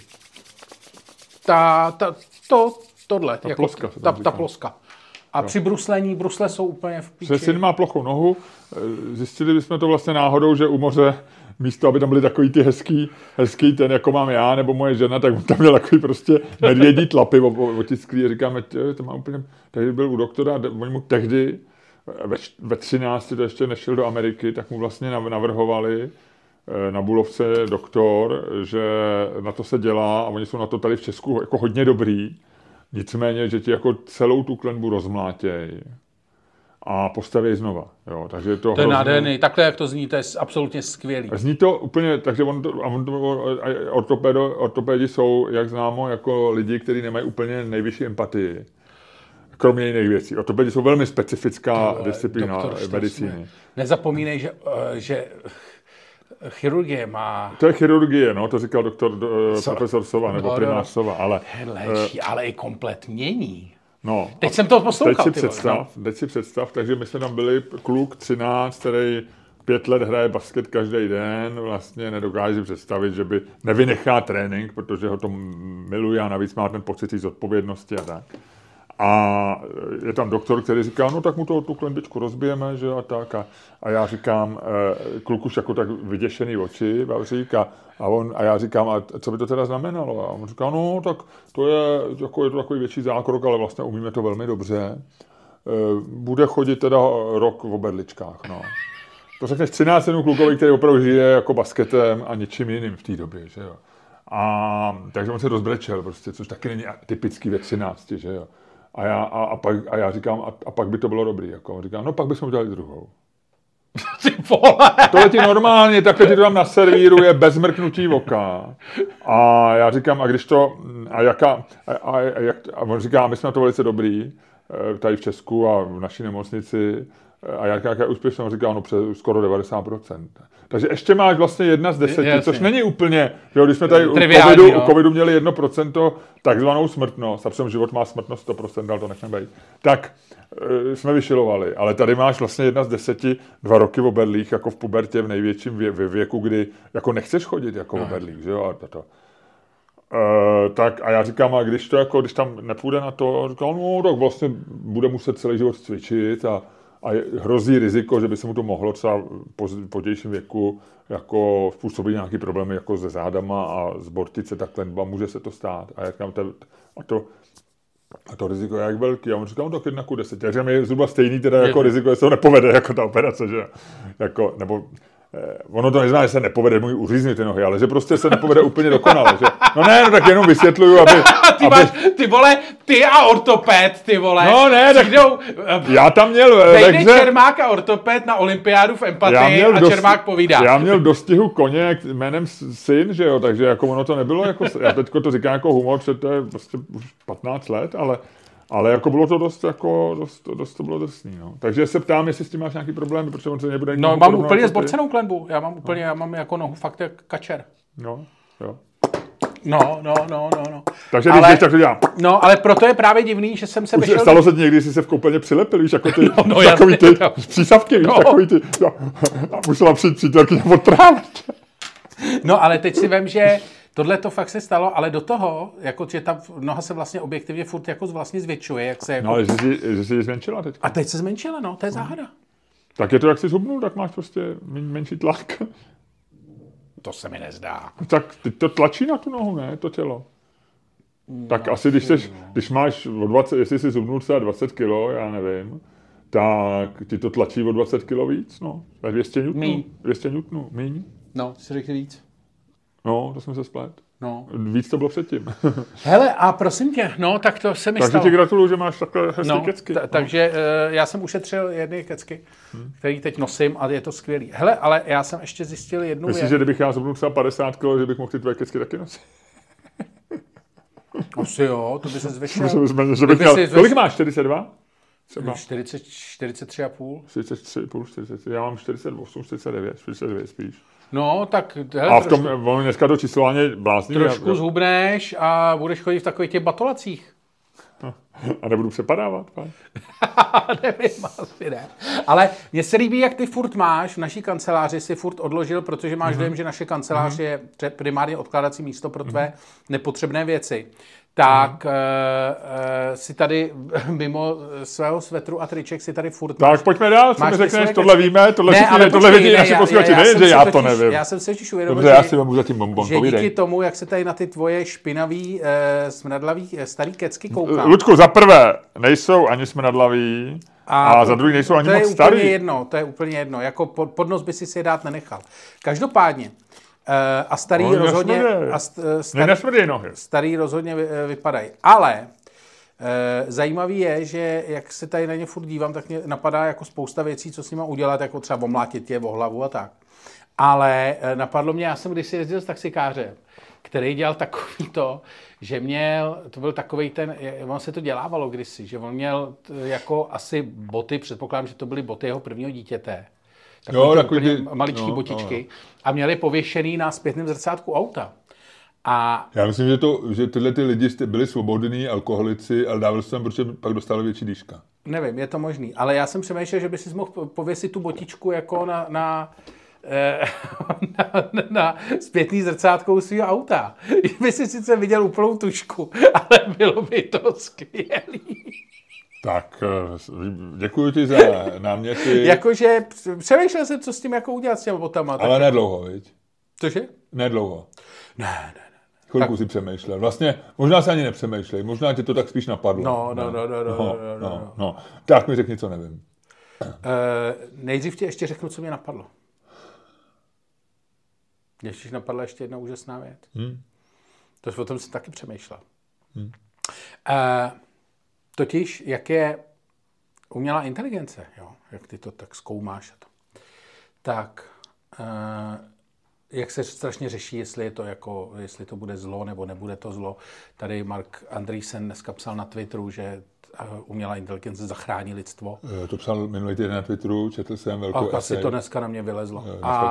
Tohle. Ta ploska. Ta ploska. A při bruslení, brusle jsou úplně v píči. Syn má plochou nohu. Zjistili bychom to vlastně náhodou, že u moře místo, aby tam byly takový ty hezký ten, jako mám já, nebo moje žena, tak tam měl takový prostě medvědí tlapy otisklý a říkáme, to má úplně, tehdy byl u doktora, oni mu tehdy ve 13, to ještě nešel do Ameriky, tak mu vlastně navrhovali na Bulovce doktor, že na to se dělá a oni jsou na to tady v Česku jako hodně dobrý, nicméně, že ti jako celou tu klenbu rozmlátěj a postaví znova. Jo, takže to je nádherný. Takhle, jak to zní, to je absolutně skvělý. Zní to úplně, takže ortopedi jsou, jak známo, jako lidi, kteří nemají úplně nejvyšší empatii. Kromě jiných věcí. Ortopedi jsou velmi specifická disciplína medicíny. Nezapomínej, že chirurgie má... To je chirurgie, no, to říkal profesor Sova, nebo primář Sova, ale... Léčí, ale i komplet mění. No, teď jsem to poslouchal. Teď si představ, takže my jsme tam byli kluk 13, který 5 let hraje basket každý den, vlastně nedokáže představit, že by nevynechá trénink, protože ho to miluje a navíc má ten pocit z odpovědnosti a tak. A je tam doktor, který říká, no tak mu tu klenbičku rozbijeme, že a tak. A já říkám, kluk už jako tak vyděšený oči, a já říkám, a co by to teda znamenalo? A on říká, no tak to je to takový větší zákrok, ale vlastně umíme to velmi dobře. Bude chodit teda rok v oberličkách, no. To řekneš 13 klukovi, který opravdu žije jako basketem a ničím jiným v té době, že jo. A takže on se rozbrečel prostě, což taky není typický ve 13, že jo. A já říkám, a pak by to bylo dobrý. Jako. On říká, no pak bychom udělali druhou. Ty vole! Tohle ti normálně, takhle ti to tam naservíruje bez mrknutí oka. A já říkám, a když to, a on říká, my jsme na to velice dobrý, tady v Česku a v naší nemocnici. A jaká úspěšnost, říká, no skoro 90%. Takže ještě máš vlastně 1 z 10, což není úplně, jo, když jsme tady u covidu měli 1% takzvanou smrtnost, a přitom život má smrtnost 100%, ale to nechme být, tak jsme vyšilovali. Ale tady máš vlastně 1 z 10, 2 roky v oberlích, jako v pubertě, v největším věku, kdy jako nechceš chodit jako v oberlích, že jo, a to. Tak a já říkám, a když tam nepůjde na to, říkám, no tak vlastně bude muset celý život cvičit a hrozí riziko, že by se mu to mohlo třeba v pozdějším věku jako způsobit nějaký problémy jako se zádama a z bortice, takhle, může se to stát. A jak to riziko je jak velký. A on říká, tak 1:10. Takže je zhruba stejný teda jako riziko, že se ho nepovede jako ta operace, že jako, nebo ono to neznamená, že se nepovede můj uříznit ty nohy, ale že prostě se nepovede úplně dokonale. Že? No tak jenom vysvětluju, aby... Ty vole, ty a ortoped, ty vole. No ne, tak já tam měl... Vejde Čermák a ortoped na olympiádu v empatii a Čermák povídá. Já měl dostihu koně jménem Syn, že jo, takže jako ono to nebylo jako... Já teďko to říkám jako humor, protože to je prostě už 15 let, ale jako bylo to dost to bylo drsný, no. Takže se ptám, jestli s tím máš nějaký problémy, protože on se nebude... No, mám úplně zborcenou klenbu. Já mám jako nohu fakt jak kačer. No, jo. No. Takže když tak to dělám. No, ale proto je právě divný, že jsem se vešel... Stalo se někdy, jsi se v koupelně přilepil, víš, jako ty takový ty přísavky, víš, takový ty... A musela přijít přítelkyně odtrávit. No, ale teď si vem, že tohle to fakt se stalo, ale do toho, jako, že ta noha se vlastně objektivně furt jako vlastně zvětšuje, jak se jako... No, ale že jsi ji zmenšila teď. A teď se zmenšila, no, to je záhada. Tak je to, jak jsi zhubnul, tak máš prostě menší tlak. To se mi nezdá. Tak teď to tlačí na tu nohu, ne, to tělo. No, tak asi, když máš o 20, jestli jsi zhubnul třeba 20 kg, já nevím, tak ti to tlačí o 20 kg víc, no. 200 newtonů. 200 newtonů, míň. No, si řekl víc. No, to jsem se splet. No. Víc to bylo předtím. Hele, a prosím tě, no, tak to se mi stalo. Takže ti gratuluju, že máš takhle hezký kecky. Takže já jsem ušetřil jedny kecky, který teď nosím a je to skvělý. Hele, ale já jsem ještě zjistil jednu věc. Myslíš, že kdybych já zhubnul třeba 50 kg, že bych mohl ty tvoje kecky taky nosit? Asi jo, to by se zvyšil. Kolik máš? 42? 43,5. 43,5, 43. Já mám 48, 49 spíš. No, tak... Hele, a v tom, dneska to číslování blázní. Trošku zhubneš a budeš chodit v takových těch batolacích. A nebudu přepadávat, pán. Nevím, asi ne. Ale mně se líbí, jak ty furt máš v naší kanceláři, si furt odložil, protože máš dojem, že naše kancelář je primárně odkládací místo pro tvé nepotřebné věci. Tak si tady mimo svého svetru a triček si tady furt... Tak pojďme dál, co mi řekneš, tohle víme, tohle vědí naši posluchači, nejen, že já to nevím. Já jsem se totiž uvědomil, dobře, já si vemu zatím bonbon, že díky tomu, jak se tady na ty tvoje špinavý, smradlavý, starý kecky koukám. Ludku, za prvé nejsou ani smradlavý a za druhý nejsou ani moc starý. To je úplně jedno, jako podnos by si je dát nenechal. Každopádně, a starý rozhodně... Starý rozhodně vypadají. Ale zajímavý je, že jak se tady na ně furt dívám, tak mě napadá jako spousta věcí, co s nima udělat, jako třeba omlátit je o hlavu a tak. Ale napadlo mě, já jsem kdysi jezdil s taxikářem, který dělal takový to, že to byl takovej on se to dělávalo kdysi, že on měl jako asi boty, předpokládám, že to byly boty jeho prvního dítěte. Takový maličký botičky. A měli pověšený na zpětném zrcátku auta. A já myslím, že tyhle ty lidi byli svobodní alkoholici, ale dával jsem, protože pak dostali větší dýška. Nevím, je to možný. Ale já jsem přemýšlel, že by si mohl pověsit tu botičku jako na zpětný zrcátko svého auta. By si sice viděl úplnou tušku, ale bylo by to skvělý. Tak, děkuji ti za náměty. Jakože přemýšlel jsem, co s tím jako udělat s těma botama. Ale nedlouho, viď? Cože? Nedlouho. Ne. Chvilku si přemýšlel. Vlastně, možná se ani nepřemýšlej, možná tě to tak spíš napadlo. No. Tak mi řekni, co nevím. Nejdřív ti ještě řeknu, co mě napadlo. Ještě napadla ještě jedna úžasná věc. To o tom jsem taky přemýšlel. Totiž, jak je umělá inteligence, jo? Jak ty to tak zkoumáš, tak jak se strašně řeší, jestli to bude zlo, nebo nebude to zlo. Tady Mark Andreessen dneska psal na Twitteru, že umělá inteligence zachrání lidstvo. To psal minulý týden na Twitteru, četl jsem velkou esej. Asi to dneska na mě vylezlo.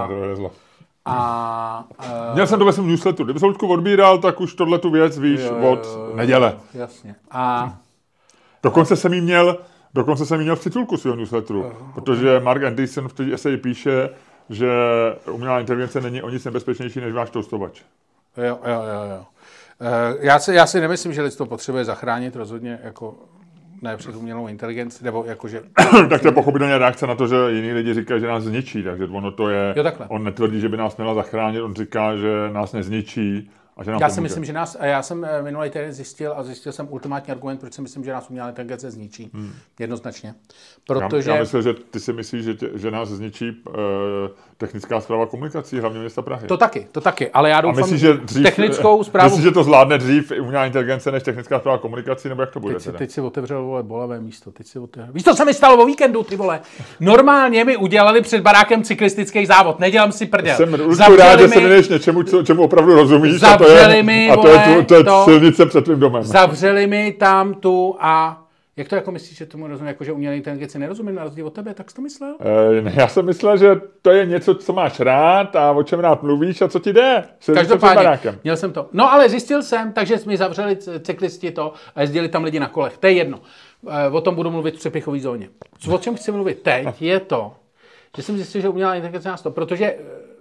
Měl jsem to ve svém newsletteru. Kdyby se Ludku odbíral, tak už tohletu věc víš od neděle. Jasně. Dokonce jsem jí měl v titulku svého newsletteru, protože Mark Andreessen v té eseji píše, že umělá inteligence není o nic nebezpečnější než váš toustovač. Jo. Já si nemyslím, že lidstvo potřebuje zachránit rozhodně jako Ne přes umělou inteligenci, nebo jakože... Tak to je pochopitelně reakce na to, že jiní lidi říkají, že nás zničí, takže ono to je... Jo, takhle. On netvrdí, že by nás měla zachránit, on říká, že nás nezničí a že nám Já pomůže. si myslím, že nás... Já jsem minulý týden zjistil jsem ultimátní argument, proč si myslím, že nás umělá inteligence zničí. Jednoznačně. Protože... Já myslím, že ty si myslíš, že nás zničí technická správa komunikací, hlavně města Prahy. To taky, ale já doufám, myslíš, že dřív, technickou správu... Myslíš, že to zvládne dřív umělá inteligence než technická správa komunikací, nebo jak to bude? Teď si otevřel, vole, bolavé místo. Víš, co se mi stalo o víkendu, ty vole? Normálně mi udělali před barákem cyklistický závod. Nedělám si prdel. Jsem rád, že se věnuješ něčemu, čemu opravdu rozumíš. Zavřeli mi, vole, to je silnice před tvým domem. Zavřeli mi tam tu a... Jak to jako myslíš, že tomu rozumím, jako že umělé inteligenci nerozumím na rozdíl od tebe, tak jsi to myslel? Já jsem myslel, že to je něco, co máš rád a o čem rád mluvíš a co ti jde. Každopádně, měl jsem to. No ale zjistil jsem, takže mi zavřeli cyklisti to a jezdili tam lidi na kolech. To je jedno. O tom budu mluvit v přepichové zóně. O čem chci mluvit teď je to, že jsem zjistil, že umělá inteligence nás to, protože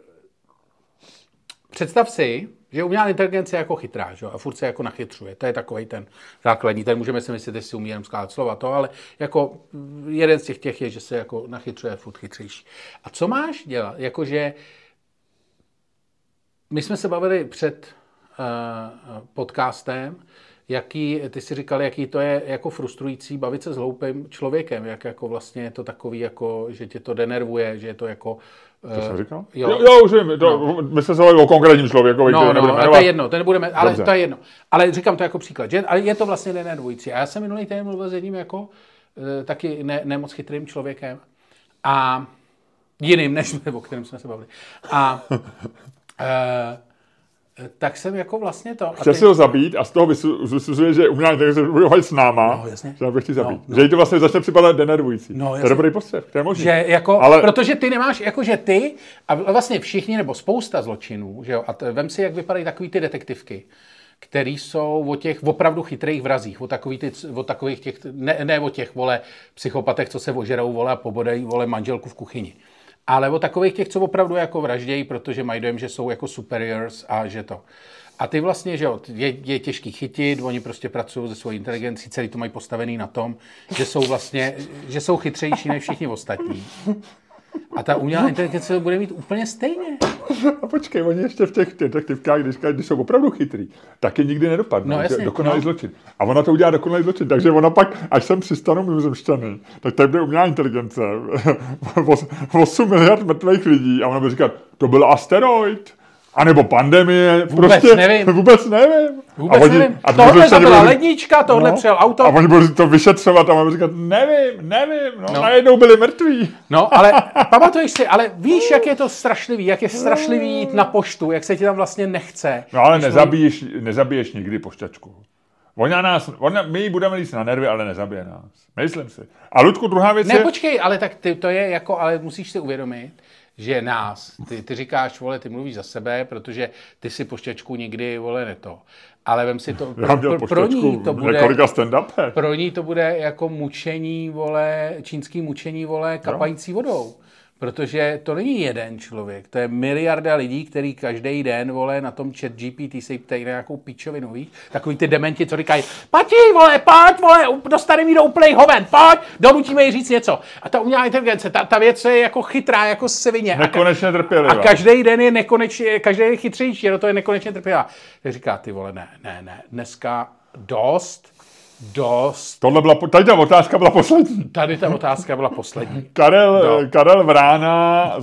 představ si, že umělá inteligence je jako chytrá, že? A furt se jako nachytřuje. To je takovej ten základní. Ten můžeme si myslet, že si umí jenom skládat slova to, ale jako jeden z těch je, že se jako nachytřuje furt chytřejší. A co máš dělat? Jakože my jsme se bavili před podcastem, ty si říkal, jaký to je jako frustrující bavit se s hloupým člověkem, jak jako vlastně je to takový, jako, že tě to denervuje, že je to jako... To jsem říkal? Jo, už vím. My jsme se bavili o konkrétním člověkovi, který nebudeme jmenovat. To je jedno, to nebudeme, ale dobře. To je jedno. Ale říkám to jako příklad, že ale je to vlastně denervující. A já jsem minulý týden mluvil s jedním jako taky nemoc chytrým člověkem a jiným, než o kterém jsme se bavili. A tak jsem jako vlastně to... Chtěl si ho zabít a z toho vysuzuje, že umělá inteligence bude hovořit s náma, že bych chtěl zabít. Že jí to vlastně začne připadat denervující. To je dobrý postřeh, to je možný. Že jako, ale... Protože ty nemáš, jakože ty a vlastně všichni, nebo spousta zločinů, že jo, a vem si, jak vypadají takový ty detektivky, který jsou o těch opravdu chytrých vrazích, o takových těch, ne o těch, vole, psychopatech, co se ožerou, vole, a pobodají, vole, manželku v kuchyni. Ale o takových těch, co opravdu jako vraždějí, protože mají dojem, že jsou jako superiors a že to. A ty vlastně, že jo, je těžký chytit, oni prostě pracují se svojí inteligencí, celý to mají postavený na tom, že jsou vlastně, že jsou chytřejší než všichni ostatní. A ta umělá inteligence bude mít úplně stejně. A počkej, oni ještě v těch detektivkách, když jsou opravdu chytrý, taky nikdy nedopadnou. No, jasně, dokonalý zločin. A ona to udělá dokonalý zločin, takže ona pak, až sem přistanu mimozemšťany, tak tady bude umělá inteligence. 8 miliard mrtvých lidí a ona bude říkat, to byl asteroid. A nebo pandemie. Vůbec nevím. Vůbec nevím. Tohle byla lednička, tohle přijel auto. A oni budou to vyšetřovat a budou říkat, nevím. Najednou byli mrtví. No, ale pamatuješ si, ale víš, jak je to strašlivý, jak je strašlivý jít na poštu, jak se ti tam vlastně nechce. No ale nezabiješ nikdy pošťačku. My jí budeme líst na nervy, ale nezabije nás. Myslím si. A Ludku, druhá věc je... Ne, počkej, ale tak to je jako, ale musíš si uvědomit, že nás, ty říkáš, vole, ty mluvíš za sebe, protože ty si pošťačku nikdy, vole, neto. Ale vem si to, pro ní to bude, pro ní to bude jako mučení, vole, čínský mučení, vole, kapající vodou. Protože to není jeden člověk, to je miliarda lidí, který každý den, vole, na tom ChatGPT se ptají na nějakou píčovinu, víš? Takový ty dementi, co říkají, pojď, vole, dostane mi do úplnej hoven, pojď, donutíme jí říct něco. A ta umělá inteligence, ta věc je jako chytrá, jako svině. Nekonečně trpělivá. A každý den je nekonečně, každý den je chytřejší, no to je nekonečně trpělivá. Tak říká, ty vole, ne, dneska dost. Tady ta otázka byla poslední. Tady ta otázka byla poslední. Karel Vrána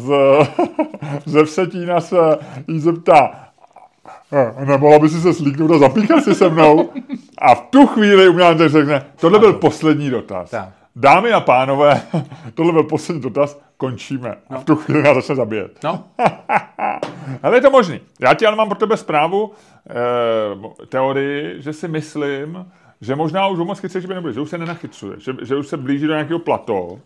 ze Vsetína se jí zeptá, nemohla by si se slíknout a zapíchat si se mnou? A v tu chvíli umělá inteligence řekne, tohle byl poslední dotaz. Tak. Dámy a pánové, tohle byl poslední dotaz, končíme. A v tu chvíli nás začne zabíjet. No. Ale je to možný. Já ti ale mám pro tebe zprávu, teorii, že si myslím, že možná už moc chytřejší by nebude, že už se nenachycuje, že už se blíží do nějakého plato.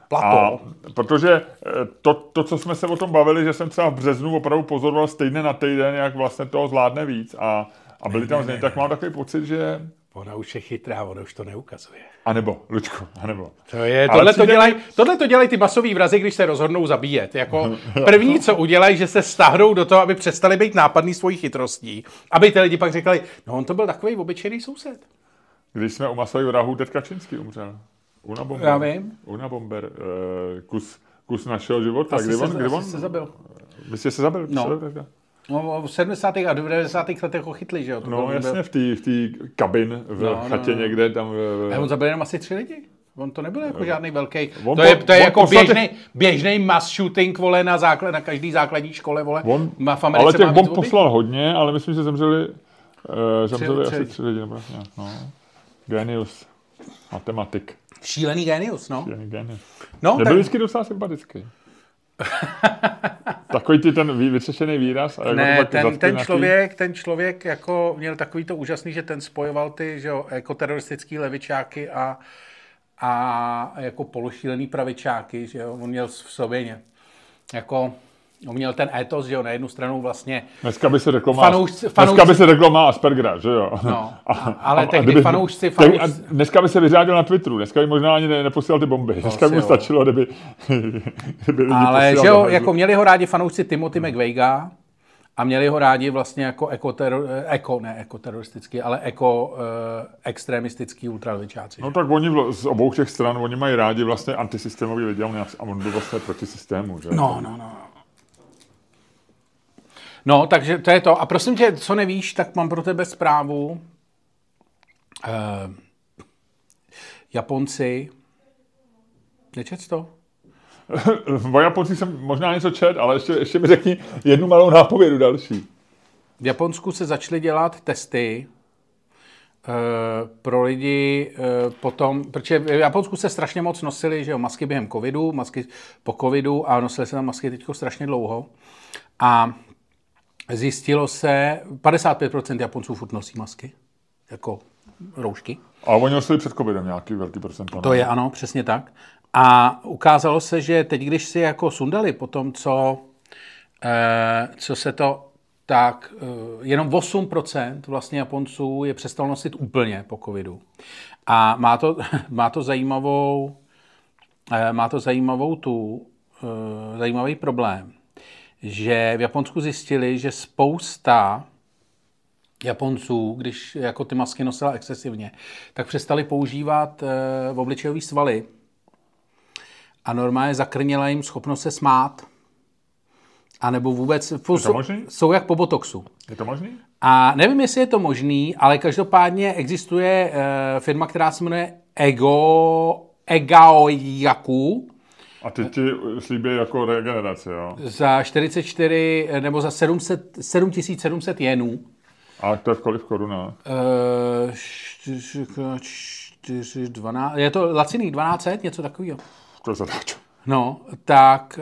Protože to, co jsme se o tom bavili, že jsem třeba v březnu opravdu pozoroval z týdne na týden, jak vlastně toho zvládne víc a byli tam změny, tak mám takový pocit, že... Ona už je chytrá, ona už to neukazuje. A nebo, Lučko, a nebo. Tohle to dělají ty masový vrazy, když se rozhodnou zabíjet. Jako první, co udělají, že se stáhnou do toho, aby přestali být nápadný svojí chytrostí. Aby ty lidi pak říkali, no on to byl takový obyčejný soused. Když jsme u masových vrahů, teď Kačinský umřel. Unabomber. Já vím. Unabomber. Kus našeho života. Asi Kdy on se zabil. Myslíš, že se zabil? No. No, v 70. a 90. letech ho chytli, že jo? No jasně, v té kabin v chatě někde tam. A on zabil jenom asi 3 lidi. On to nebyl jako žádný velký. On To je jako běžný mass shooting, vole, na každý základní škole, vole. V Americe ale těch bomb poslal hodně, ale myslím, že zemřeli asi 3 lidi. No. Genius. Matematik. Šílený genius, no. Šílený genius. No, nebyl vždycky docela sympatický. Takový ty ten vytřešený výraz. A ne, ten člověk jako měl takový to úžasný, že ten spojoval ty, že jo, jako teroristický levičáky a jako pološílený pravičáky, že jo, on měl v sobě jako, on měl ten étos, že jo, na jednu stranu vlastně. Dneska by se řeklo má Aspergera, že jo. No, ale tehdy fanoušci. Dneska by se vyřádil na Twitteru, dneska by možná ani neposílal ty bomby. Dneska by mu stačilo, kdyby lidi ale že jo, jako měli ho rádi fanoušci Timothy McVeiga a měli ho rádi vlastně jako ekoteroristický, ale extremistický ultralevičáci. No tak oni z obou těch stran, oni mají rádi vlastně antisystémový lidi a on byl vlastně proti systému, že? No. No, takže to je to. A prosím tě, co nevíš, tak mám pro tebe zprávu. Japonci. Nečet to? O Japonci jsem možná něco čet, ale ještě mi řekni jednu malou nápovědu další. V Japonsku se začaly dělat testy pro lidi potom, protože v Japonsku se strašně moc nosily, že jo, masky během covidu, masky po covidu a nosily se tam masky teďko strašně dlouho. A zjistilo se, 55% Japonců furt nosí masky, jako roušky. A oni nosili před covidem nějaký velký procent. To je ano, přesně tak. A ukázalo se, že teď, když si jako sundali po tom, co se to tak jenom 8% vlastně Japonců je přestalo nosit úplně po covidu. A má to zajímavý problém, že v Japonsku zjistili, že spousta Japonců, když jako ty masky nosila excesivně, tak přestali používat obličejové svaly a normálně zakrněla jim schopnost se smát. A nebo vůbec jsou jak po botoxu. Je to možný? A nevím, jestli je to možný, ale každopádně existuje firma, která se jmenuje Egaoyaku. A ty ti slíbí jako regeneraci, jo? Za 44 nebo za 7700 jenů. A to je v kolik koruna? 12, je to laciný 1200, něco takového. To je zadáčo. No, tak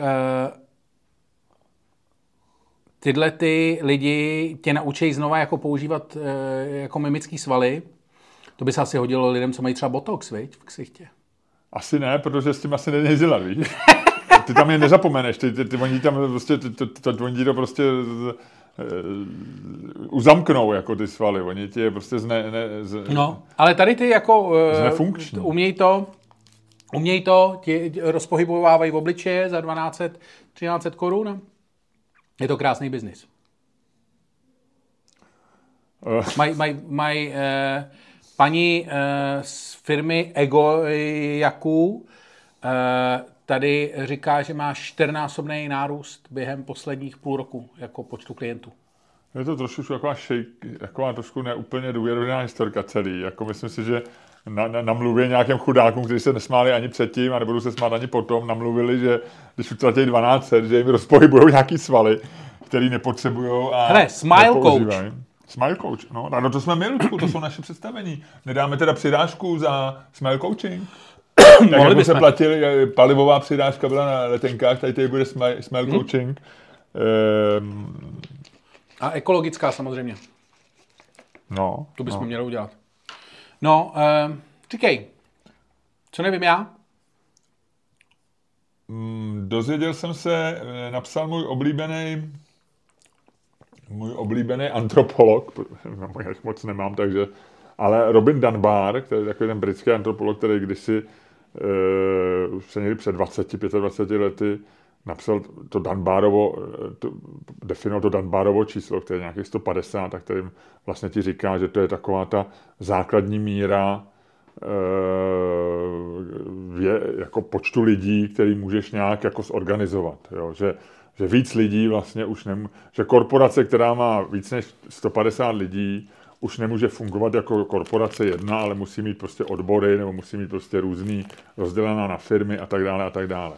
tyhle ty lidi tě naučí znova jako používat jako mimický svaly. To by se asi hodilo lidem, co mají třeba botox, viď, v ksichtě. Asi ne, protože s tím asi není dělat, víš? Ty tam je nezapomeneš, oni tam prostě, oni to prostě uzamknou jako ty svaly, oni ti je prostě No, ale tady ty jako znefunkční. Umějí to, ti rozpohybovávají v obličeje za 1200-1300 korun. Je to krásný biznis. Mají paní z firmy Egaoyaku tady říká, že má 4násobný nárůst během posledních půl roku jako počtu klientů. Je to trošku taková trošku neúplně důvěryhodná historka celý. Jako myslím si, že namluvě nějakým chudákům, kteří se nesmáli ani předtím a nebudou se smát ani potom, namluvili, že když utratí 1200, že jim rozpohybujou nějaký svaly, který nepotřebujou a hele, Smile Coach. Smile Coach, no to jsme my, Ludku, to jsou naše představení. Nedáme teda přidášku za Smile Coaching? Tak jak se platili, palivová přidáška byla na letenkách, tady bude Smile Coaching. A ekologická samozřejmě. No. To bychom měli udělat. No, říkej, co nevím já? Dozvěděl jsem se, napsal můj oblíbený antropolog, já moc nemám, takže, ale Robin Dunbar, který je takový ten britský antropolog, který kdysi už se někdy před 25 lety napsal to Dunbarovo, definoval to Dunbarovo číslo, které je nějakých 150, a kterým vlastně ti říká, že to je taková ta základní míra jako počtu lidí, který můžeš nějak jako zorganizovat. Jo? Že víc lidí vlastně už že korporace, která má víc než 150 lidí, už nemůže fungovat jako korporace jedna, ale musí mít prostě odbory, nebo musí mít prostě různý rozdělená na firmy a tak dále a tak dále.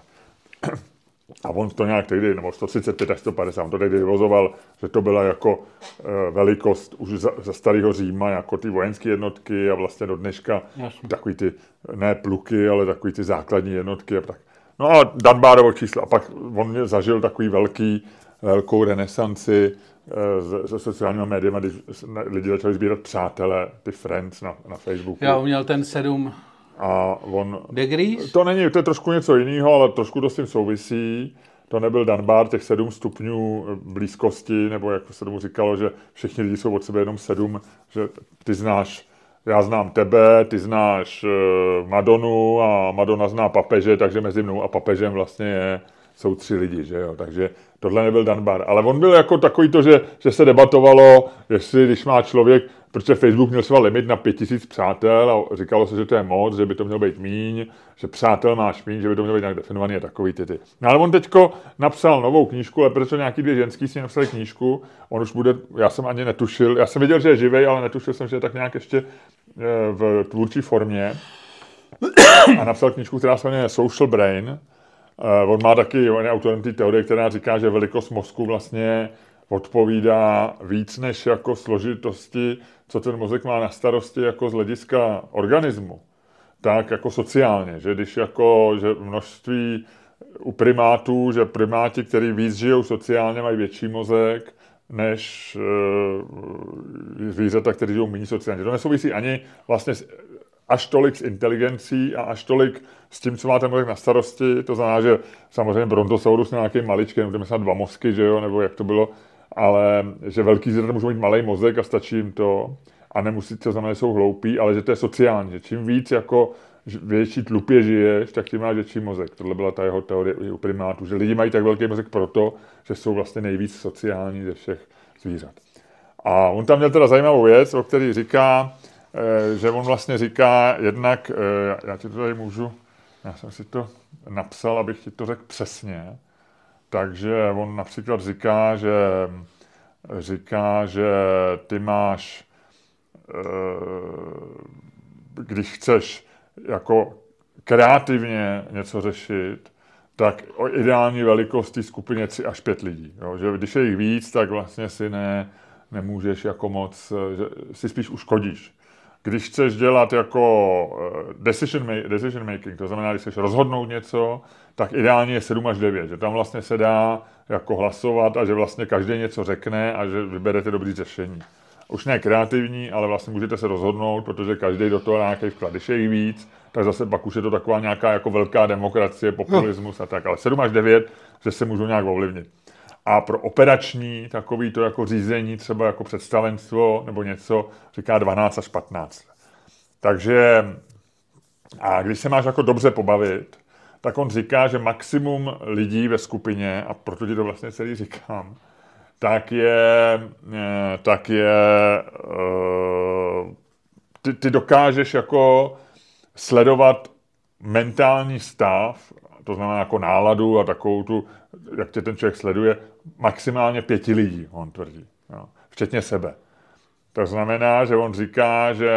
A on to nějak tehdy, nebo 135 až 150, on to tehdy vyvozoval, že to byla jako velikost už za starého Říma, jako ty vojenské jednotky a vlastně do dneška takový ty, ne pluky, ale takový ty základní jednotky a tak. No a Dunbarovo číslo. A pak on zažil takový velkou renesanci se sociálními médiami, když lidi začali sbírat přátelé, ty friends na Facebooku. Já měl ten 7 a on... degrees? To je trošku něco jiného, ale trošku to s tím souvisí. To nebyl Dunbar, těch 7 stupňů blízkosti, nebo jak se tomu říkalo, že všichni lidi jsou od sebe jenom 7, že ty znáš, já znám tebe, ty znáš Madonu a Madonna zná papeže, takže mezi mnou a papežem vlastně jsou 3 lidi, že jo, takže tohle nebyl Dunbar. Ale on byl jako takový to, že se debatovalo, jestli když má člověk, protože Facebook měl svá limit na 5000 přátel a říkalo se, že to je moc, že by to mělo být míň, že přátel máš míň, že by to mělo být nějak definovaný a takový ty. No ale on teďko napsal novou knížku, ale protože nějaký 2 ženský si napsali knížku, on už bude, já jsem ani netušil, já jsem věděl, že je živej, ale netušil jsem, že je tak nějak ještě v tvůrčí formě a napsal knížku, která se jmenuje Social Brain. On má taky, on je autorem té teorie, která říká, že velikost mozku vlastně odpovídá víc než jako složitosti, co ten mozek má na starosti jako z hlediska organismu, tak jako sociálně, že když jako, že množství u primátů, že primáti, který víc žijou sociálně, mají větší mozek než zvířata, kteří žijou méně sociálně. To nesouvisí ani vlastně až tolik s inteligencí a až tolik s tím, co má ten mozek na starosti. To znamená, že samozřejmě Brontosaurus na nějaký maličký, nebudeme snad 2 mozky, že jo, nebo jak to bylo, ale že velký zvířata můžou mít malý mozek a stačí jim to a nemusí, to znamená, že jsou hloupí, ale že to je sociální, že čím víc jako větší tlupě žiješ, tak tím máš větší mozek. Tohle byla ta jeho teorie u primátů, že lidi mají tak velký mozek proto, že jsou vlastně nejvíc sociální ze všech zvířat. A on tam měl teda zajímavou věc, o který říká, že on vlastně říká jednak, já ti to tady můžu, já jsem si to napsal, abych ti to řekl přesně, takže on například říká, že ty máš, když chceš jako kreativně něco řešit, tak o ideální velikosti skupině 3 až 5 lidí. Jo? Že když je jich víc, tak vlastně si nemůžeš jako moc, že si spíš uškodíš. Když chceš dělat jako decision making, to znamená, když chceš rozhodnout něco, tak ideálně je 7 až 9, že tam vlastně se dá jako hlasovat a že vlastně každý něco řekne a že vyberete dobrý řešení. Už ne kreativní, ale vlastně můžete se rozhodnout, protože každý do toho nějaký vklad. Když je jich víc, tak zase pak už je to taková nějaká jako velká demokracie, populismus a tak, ale 7 až 9, že se můžou nějak ovlivnit. A pro operační takový to jako řízení, třeba jako představenstvo nebo něco, říká 12 až 15. Takže a když se máš jako dobře pobavit, tak on říká, že maximum lidí ve skupině, a proto ti to vlastně celý říkám, ty dokážeš jako sledovat mentální stav, to znamená jako náladu a takovou tu, jak tě ten člověk sleduje, maximálně 5 lidí, on tvrdí, jo, včetně sebe. To znamená, že on říká, že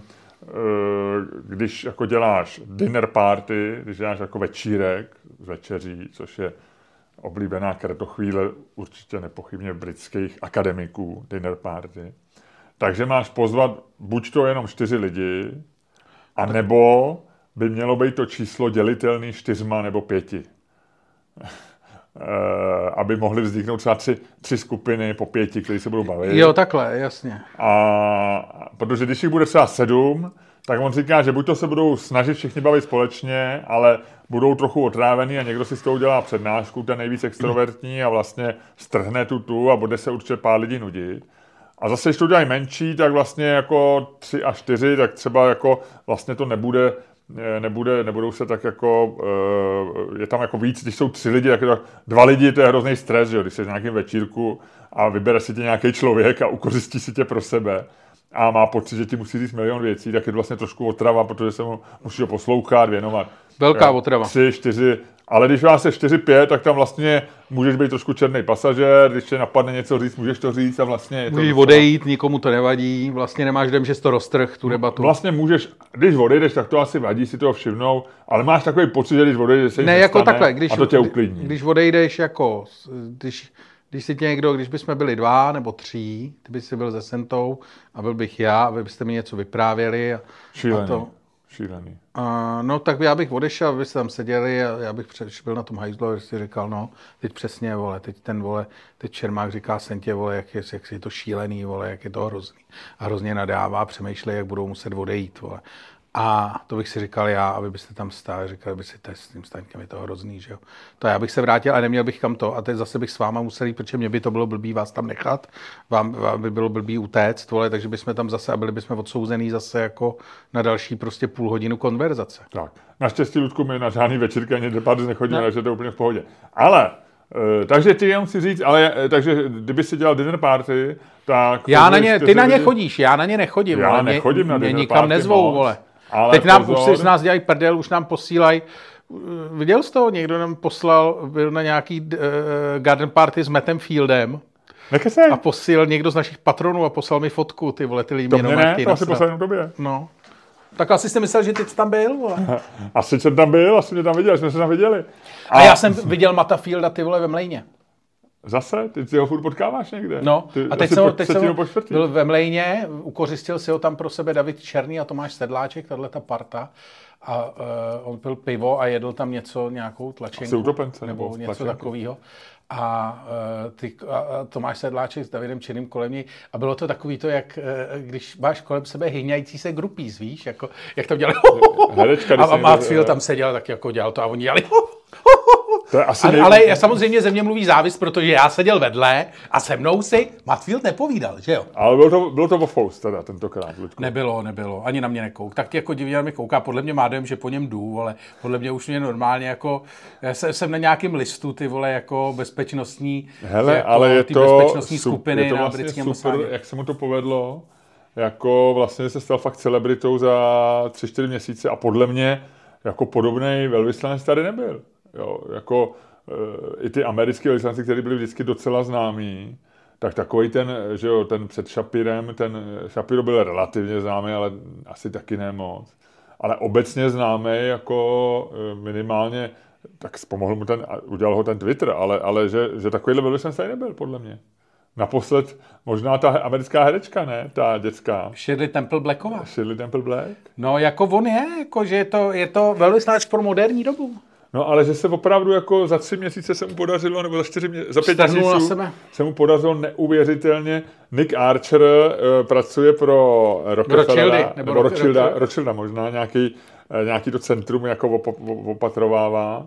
když jako děláš dinner party, když děláš jako večírek z večeří, což je oblíbená kratochvíle určitě nepochybně britských akademiků, dinner party, takže máš pozvat buď to jenom 4 lidi, anebo by mělo být to číslo dělitelný 4 nebo 5. Aby mohly vzniknout třeba 3 skupiny po 5, které se budou bavit. Jo, takhle, jasně. A protože když jich bude třeba 7, tak on říká, že buď to se budou snažit všichni bavit společně, ale budou trochu otrávený a někdo si z toho udělá přednášku, ten nejvíc extrovertní a vlastně strhne tu a bude se určitě pár lidí nudit. A zase, když to udělají menší, tak vlastně jako 3 až 4, tak třeba jako vlastně to nebude nebudou se tak jako, je tam jako víc, když jsou 3 lidi, tak 2 lidi, to je hrozný stres, že jo, když jsi v nějakém večírku a vybere si tě nějaký člověk a ukořistí si tě pro sebe a má pocit, že ti musí říct milion věcí, tak je to vlastně trošku otrava, protože se mu musíš poslouchat, věnovat. Velká otrava. 3, 4, ale když vás je 4, 5, tak tam vlastně můžeš být trošku černý pasažér, když tě napadne něco říct, můžeš to říct a vlastně... Můžeš odejít, nikomu to nevadí, vlastně nemáš dojem, že jsi to roztrh, tu debatu. Vlastně můžeš, když odejdeš, tak to asi vadí, si toho všimnou, ale máš takový pocit, že když odejdeš, se jim ne, jako takhle, a to tě uklidní. Když odejdeš jako, když si tě někdo, když bychom byli 2 nebo 3, ty bys si byl se Sentou a byl bych já, a vy byste mi něco vyprávěli. Šílený. No tak já bych odešel, abyste tam seděli a já bych byl na tom hajzlu a si říkal, no, teď přesně, vole, teď Čermák říká Sentě, vole, jak je to šílený, vole, jak je to hrozný. A hrozně nadává, přemýšlej, jak budou muset odejít, vole. A to bych si říkal já, aby byste tam stáli, říkali by si, s tím Staňkem je to hrozný, že jo. To já bych se vrátil a neměl bych kam to. A teď zase bych s váma musel jít, protože mě by to bylo blbý vás tam nechat, vám by bylo blbý utéct, vole, takže bychom tam zase a byli bychom odsouzený zase jako na další prostě půl hodinu konverzace. Tak. Naštěstí, Ludku, my na žádný večírky ani debaty nechodíme, takže to je úplně v pohodě. Ale, takže ty jenom si říct, takže kdyby si dělal dinner party, tak... Ty na ně chodíš, já na ně nechodím. Já nechodím na dinner party. Mě nikam nezvou, vole. Ale teď nám už si z nás dělají prdel, už nám posílají. Viděl jsi to? Někdo nám poslal, byl na nějaký garden party s Mattem Fieldem. Nekesej. A posílal někdo z našich patronů a poslal mi fotku, ty vole, ty lidi mě jenom ne, to asi poslal jenom tobě. No. Tak asi jste myslel, že ty jsi tam byl, vole. Asi jsem tam byl, asi mě tam viděl, jsme se tam viděli. A já jsem viděl Matta Fielda, ty vole, ve Mlejně. Zase? Ty si ho furt potkáváš někde? No, a teď jsem byl ve Mlejně, ukořistil si ho tam pro sebe David Černý a Tomáš Sedláček, tato parta. A on pil pivo a jedl tam nějakou tlačenku. Utopence, nebo něco takového. A Tomáš Sedláček s Davidem Černým kolem něj. A bylo to takový to, jak když máš kolem sebe hyňající se grupíz, víš? Jak tam dělali. A Matt Field tam seděl, tak jako dělal to a oni dělali. Ale samozřejmě ze mě mluví závist, protože já seděl vedle a se mnou si Matt Field nepovídal, že jo? Ale bylo to off teda tentokrát, Ludku. Nebylo, ani na mě nekouk. Tak jako divně na mě kouká, podle mě má dojem, že po něm jdu, ale podle mě už mě normálně jako, já jsem na nějakým listu, ty vole, jako bezpečnostní, hele, jako ale je to bezpečnostní skupiny je to na vlastně britském super, ambasádě. jak se mu to povedlo, jako vlastně se stal fakt celebritou za 3-4 měsíce a podle mě jako podobnej velvyslanec tady nebyl. Jo, jako i ty americké velvyslanci, kteří byli vždycky docela známí, tak takový ten před Shapirem, ten Shapiro byl relativně známý, ale asi taky ne moc. Ale obecně známý jako minimálně, tak pomohl mu udělal ho ten Twitter, ale že takovýhle velvyslanec tady nebyl, podle mě. Naposled možná ta americká herečka, ne? Ta dětská. Shirley Temple Blacková. Shirley Temple Black? No jako on jako že je to velvyslanec pro moderní dobu. No ale že se opravdu jako za 3 měsíce se mu podařilo, nebo za 5 měsíců se mu podařilo neuvěřitelně. Nick Archer pracuje pro Rockefellera, nebo Rothschilda možná, nějaký to centrum jako opatrovává.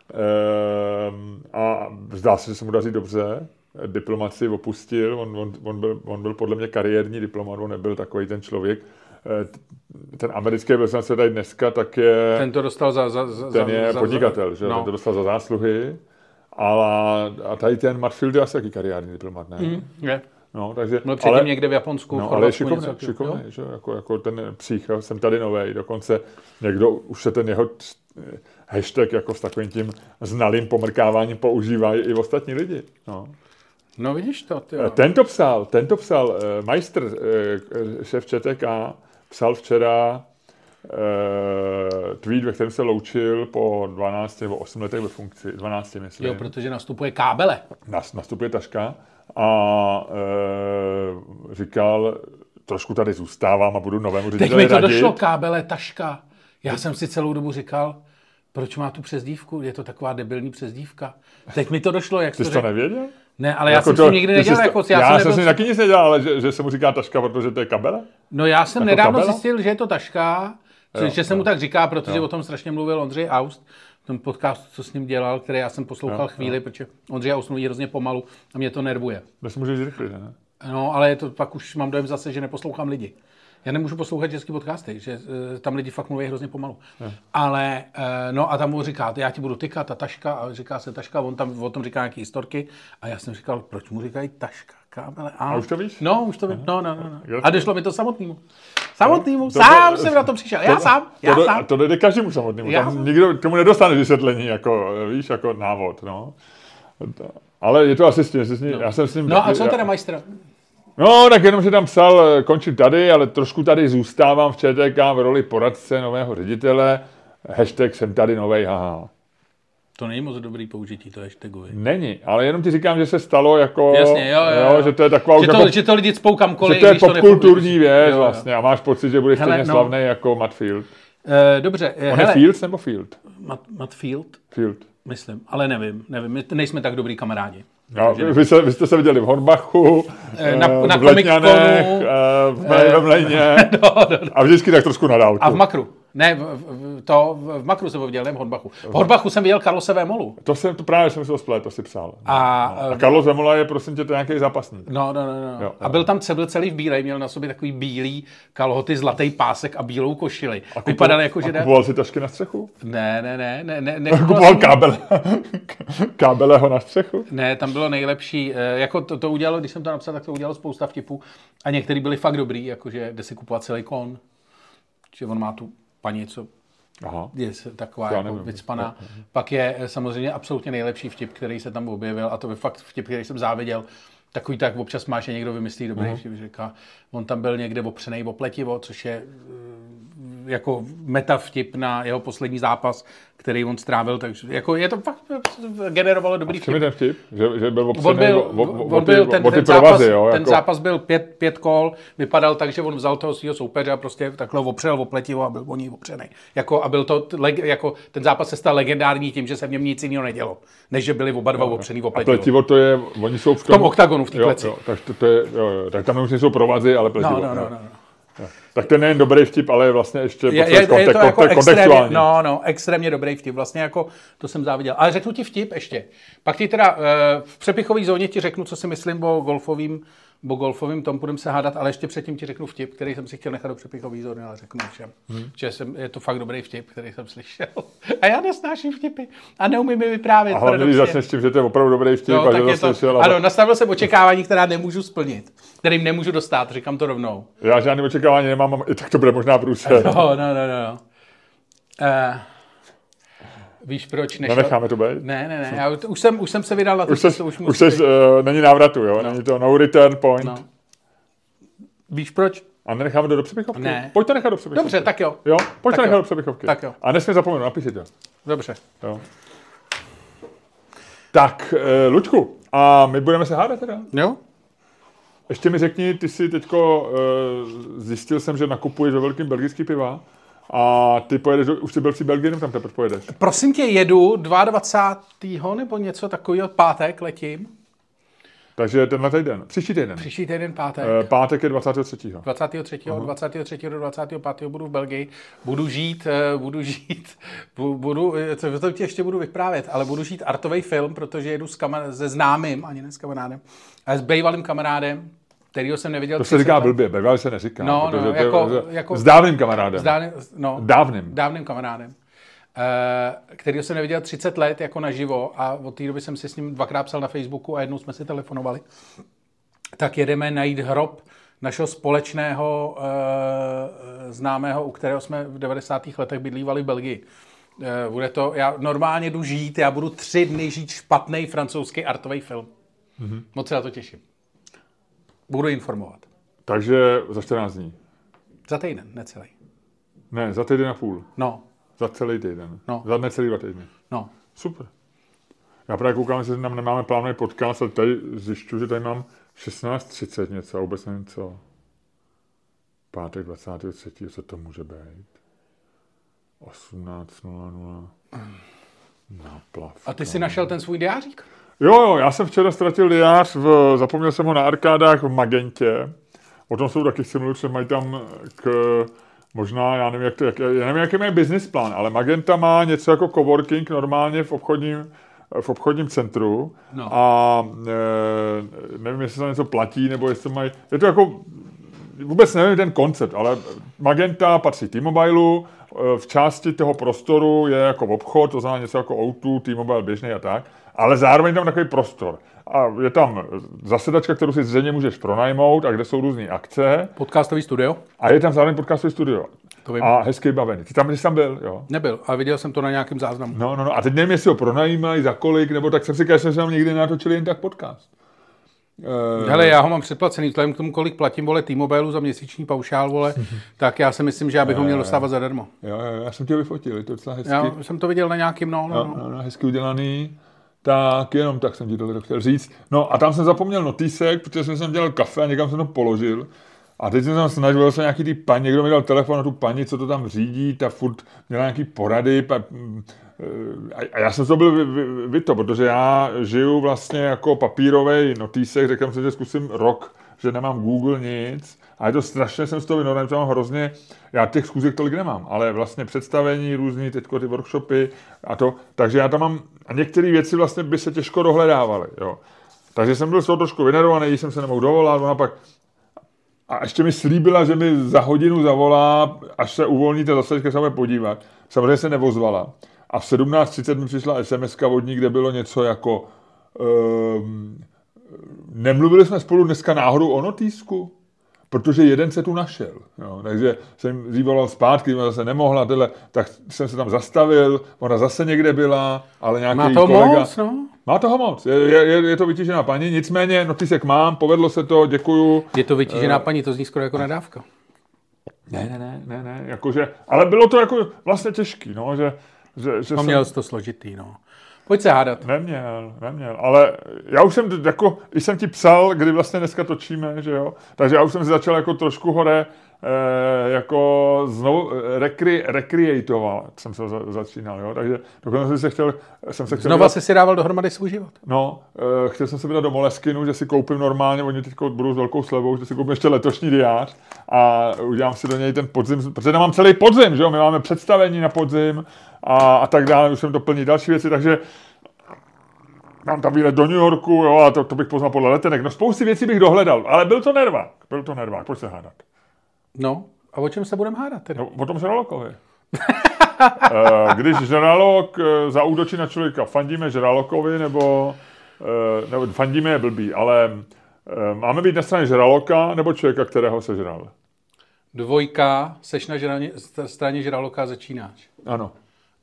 A zdá se, že se mu daří dobře. Diplomacii opustil, on byl podle mě kariérní diplomat, on nebyl takový ten člověk. Ten americký velvyslanec tady dneska, tak je... Ten to dostal ten je podnikatel, že? No. Ten to dostal za zásluhy. A tady ten Matt Field je asi taky kariérní diplomat, ne? Je. No, takže... No předtím někde v Japonsku, v ale je šikovný, že? Jako ten psích, jsem tady novej, dokonce někdo už se ten jeho hashtag jako s takovým tím znalým pomrkáváním používají i ostatní lidi, no. No vidíš to, ty. Tento psal Majstr, šéf ČTK, psal včera tweet, ve kterém se loučil po 12 nebo 8 letech ve funkci, 12 myslím. Jo, protože nastupuje Kábele. Nastupuje Taška a říkal, trošku tady zůstávám a budu novému řediteli radit. Teď mi to došlo, Kábele, Taška. Já jsem si celou dobu říkal, proč má tu přezdívku? Je to taková debilní přezdívka. Teď mi to došlo, jak Ty jsi to nevěděl? Ne, ale já jsem s tím nikdy nedělal. Já jsem si taky nic nedělal, ale že se mu říká Taška, protože to je Kabela? No já jsem nedávno zjistil, že je to Taška, že se mu tak říká, protože o tom strašně mluvil Ondřej Aust, v tom podcastu, co s ním dělal, který já jsem poslouchal chvíli, protože Ondřej Aust mluví hrozně pomalu a mě to nervuje. To si můžeš rychle, ne? No, ale je to, pak už mám dojem zase, že neposlouchám lidi. Já nemůžu poslouchat český podcasty, že tam lidi fakt mluví hrozně pomalu. Ale, no a tam mu říká, já ti budu tykat, ta taška, a říká se taška, on tam o tom říká nějaké historky a já jsem říkal, proč mu říkají taška, kámele? A už to víš? No, už to vím, no. A došlo mi to samotnému. Sám jsem na to přišel, já sám. To jde každému samotnému, tam nikdo k tomu nedostane vysvětlení, jako, víš, jako návod, no. Ale je to asi s tím, já jsem s ním... No a co teda majstra? No, tak jenom, že tam psal, končím tady, ale trošku tady zůstávám v ČTK v roli poradce nového ředitele, hashtag jsem tady novej, haha. To není moc dobrý použití, to hashtagový. Není, ale jenom ti říkám, že se stalo jako... Jasně, jo. Že to je taková... Že to lidi cpou kamkoliv, že to je popkulturní věc vlastně a máš pocit, že budeš stejně slavný jako Matt Field. Dobře. On je Fields nebo Field? Matt Field? Field. Myslím, ale nevím. My nejsme tak dobrý kamarádi. No, vy jste se viděli v Hornbachu, na v Letňanech, v Mlejně a vždycky tak trošku na dálku. A v Makru. Ne, v Makru jsem ho viděl, ne v Hornbachu. V Hornbachu jsem viděl Carlose Vémolu. To právě jsem si to splet, to si psal. A Carlos Vémola je, prosím tě, to nějaký zápasník. No. Jo, a byl celý v bílej, měl na sobě takový bílý kalhoty, zlatý pásek a bílou košili. Vypadal jako, že... kupoval si tašky na střechu? Ne. Kupoval kábeleho na střechu? Ne, tam bylo nejlepší, jako to udělalo, když jsem to napsal, tak to udělalo spousta vtipů a některý byli fakt dobrý, jakože jde si kupovat celý kon, že on má tu paní, co je taková jako vycpaná. Pak je samozřejmě absolutně nejlepší vtip, který se tam objevil a to je fakt vtip, který jsem záviděl. Takový tak občas máš, že někdo vymyslí dobrý vtip, říká, on tam byl někde opřenej o pletivo, což je jako meta vtip na jeho poslední zápas, který on strávil, takže jako je to fakt generovalo dobrý vtip. Čím je ten vtip? Že byl ten zápas byl 5 kol, vypadal tak, že on vzal toho svého soupeře a prostě takhle opřel o pletivo a byl o ní opřenej. Jako, a byl to, jako, ten zápas se stal legendární tím, že se v něm nic jiného nedělo, než že byli oba dva opřený o pletivo. A pletivo to je, oni jsou v tom oktagonu, v té kleci. Tak tam už nejsou provazy, ale pletivo. No. Tak ten nejen dobrý vtip, ale je vlastně ještě je to jako kontextuální. Extrémně dobrý vtip. Vlastně jako to jsem záviděl. Ale řeknu ti vtip ještě. Pak ti teda v přepichové zóně ti řeknu, co si myslím o golfovým tom budeme se hádat, ale ještě předtím ti řeknu vtip, který jsem si chtěl nechat do přepichové zóny, ale řeknu všem. Že je to fakt dobrý vtip, který jsem slyšel. A já nesnáším vtipy a neumím je vyprávět. A hlavně, když začneš tím, že to je opravdu dobrý vtip a že to slyšel. Ano, nastavil jsem očekávání, která nemůžu splnit, kterým nemůžu dostat, říkám to rovnou. Já žádný očekávání nemám, i tak to bude možná průser. No. Víš proč? Nenecháme to být? Ne. Já už jsem se vydal na to. Není návratu, jo? Není to no return point. No. Víš proč? A nenecháme to do přepichovky? Ne. Pojď to nechat do přepichovky. Dobře, tak jo. Pojď to nechat do přepichovky. Tak jo. A nesmí zapomenout, napíš to. Dobře. Jo. Tak, Luďku, a my budeme se hádat teda? Jo. Ještě mi řekni, ty si teďko zjistil jsem, že nakupuješ ve velkým belgický piva. A ty pojedeš, už jsi byl v Belgii, nebo tam teprve pojedeš? Prosím tě, jedu 22. nebo něco takového, pátek letím. Takže tenhle týden, příští týden. Příští týden pátek. Pátek je 23. 23. Od 23. do 25. budu v Belgii. Budu žít, to ti ještě budu vyprávět, ale budu žít artový film, protože jedu se známým, ani ne s kamarádem, ale s bývalým kamarádem, kterýho jsem neviděl. To se říká blbě, bývalý se neříká. No, jako s dávným kamarádem. Dávným kamarádem. Kterýho jsem neviděl 30 let jako naživo a od té doby jsem si s ním dvakrát psal na Facebooku a jednou jsme si telefonovali. Tak jedeme najít hrob našeho společného známého, u kterého jsme v 90. letech bydlívali v Belgii. Bude to, já normálně jdu žít, já budu 3 dny žít špatný francouzský artový film. Moc se na to těším. Budu informovat. Takže za 14 dní. Za týden, necelý. Ne, za týden a půl. No. Za celý týden. No. Za necelý 2 týdny. No. Super. Já právě koukám, jestli tam nemáme plánovaný podcast, ale tady zjišťuji, že tady mám 16:30 něco a vůbec nevím co. Pátek 23. Co to může být? 18:00. Naplav. A ty jsi našel ten svůj diářík? Jo, já jsem včera ztratil diář, zapomněl jsem ho na arkádách v Magentě. O tom jsou taky si mluvil, že mají tam možná, já nevím, jaký mají business plán, ale Magenta má něco jako coworking normálně v obchodním centru. No. A nevím, jestli se něco platí, nebo jestli mají, je to jako vůbec nevím ten koncept, ale Magenta patří T-Mobileu, v části toho prostoru je jako obchod, to znamená něco jako O2, T-Mobile běžný a tak, ale zároveň tam takový prostor. A je tam zasedačka, kterou si zřejmě můžeš pronajmout a kde jsou různé akce. Podcastový studio. A je tam zároveň podcastový studio. A hezký bavený. Ty tam byl, jo? Nebyl, ale viděl jsem to na nějakém záznamu. No. A teď nevím, jestli ho pronajímají, za kolik, nebo tak jsem si říkal, že jsme někdy natočili jen tak podcast. Hele, já ho mám předplacený, vzhledem k tomu, kolik platím, vole, T-Mobileu za měsíční paušál, vole, tak já si myslím, že já bych ho měl dostávat zadarmo. Jo, já jsem tě vyfotil, je to docela hezky. Já jsem to viděl na nějakým, no, hezky udělaný. Tak jenom tak jsem ti to chtěl říct. No a tam jsem zapomněl notýsek, protože jsem dělal kafe a někam jsem to položil. A teď jsem se snažil se nějaký ty paní, někdo mi dal telefon na tu paní, co to tam řídí, ta furt měla nějaký porady. A já jsem to byl vyto, protože já žiju vlastně jako papírovej notýsek, řekl jsem si, že zkusím rok, že nemám Google nic. A je to strašně, jsem z toho vynořen, že mám hrozně, já těch schůzek tolik nemám, ale vlastně představení různý, teďko ty workshopy a to, takže já tam mám, a některé věci vlastně by se těžko dohledávaly, jo. Takže jsem byl z toho trošku vynervovaný, jsem se nemohl dovolat, ona pak, a ještě mi slíbila, že mi za hodinu zavolá, až se uvolníte zase, když se bude podívat. Samozřejmě se nevozvala. A v 17:30 mi přišla SMS-ka od ní, kde bylo něco jako nemluvili jsme spolu dneska náhodou o notýsku? Protože jeden se tu našel. Jo. Takže jsem jí volal zpátky, ona zase nemohla, tak jsem se tam zastavil, ona zase někde byla, ale nějaký má to kolega... moc, no? Má toho moc, je to vytížená paní, nicméně notýsek mám, povedlo se to, děkuju. Je to vytížená paní, to zní skoro jako nadávka. Ne, jakože, ale bylo to jako vlastně těžký, no, že měl jsi to složitý, no. Pojď se hádat. Neměl, ale já už jsem jako, když jsem ti psal, kdy vlastně dneska točíme, že jo, takže já už jsem si začal jako trošku hore jako znovu recreatovat jsem se začínal, jo, takže dokonce jsem se chtěl Znova jsi si dával dohromady svůj život. No, chtěl jsem se vydat do Moleskinu, že si koupím normálně, oni teď budou s velkou slevou, že si koupím ještě letošní diář a udělám si do něj ten podzim, protože tam mám celý podzim, že jo, my máme představení na podzim a tak dále, už jsem to plní další věci, takže mám tam výlet do New Yorku, jo, a to bych poznal podle letenek. No spousty věcí bych dohledal, ale byl to nervák, pojď se hádat. No, a o čem se budeme hádat teda? No, o tom žralokovi. Když žralok zaútočí na člověka, fandíme žralokovi, nebo fandíme je blbý, ale máme být na straně žraloka, nebo člověka, kterého sežral? Dvojka, seš na straně žraloka, začínáš. Ano.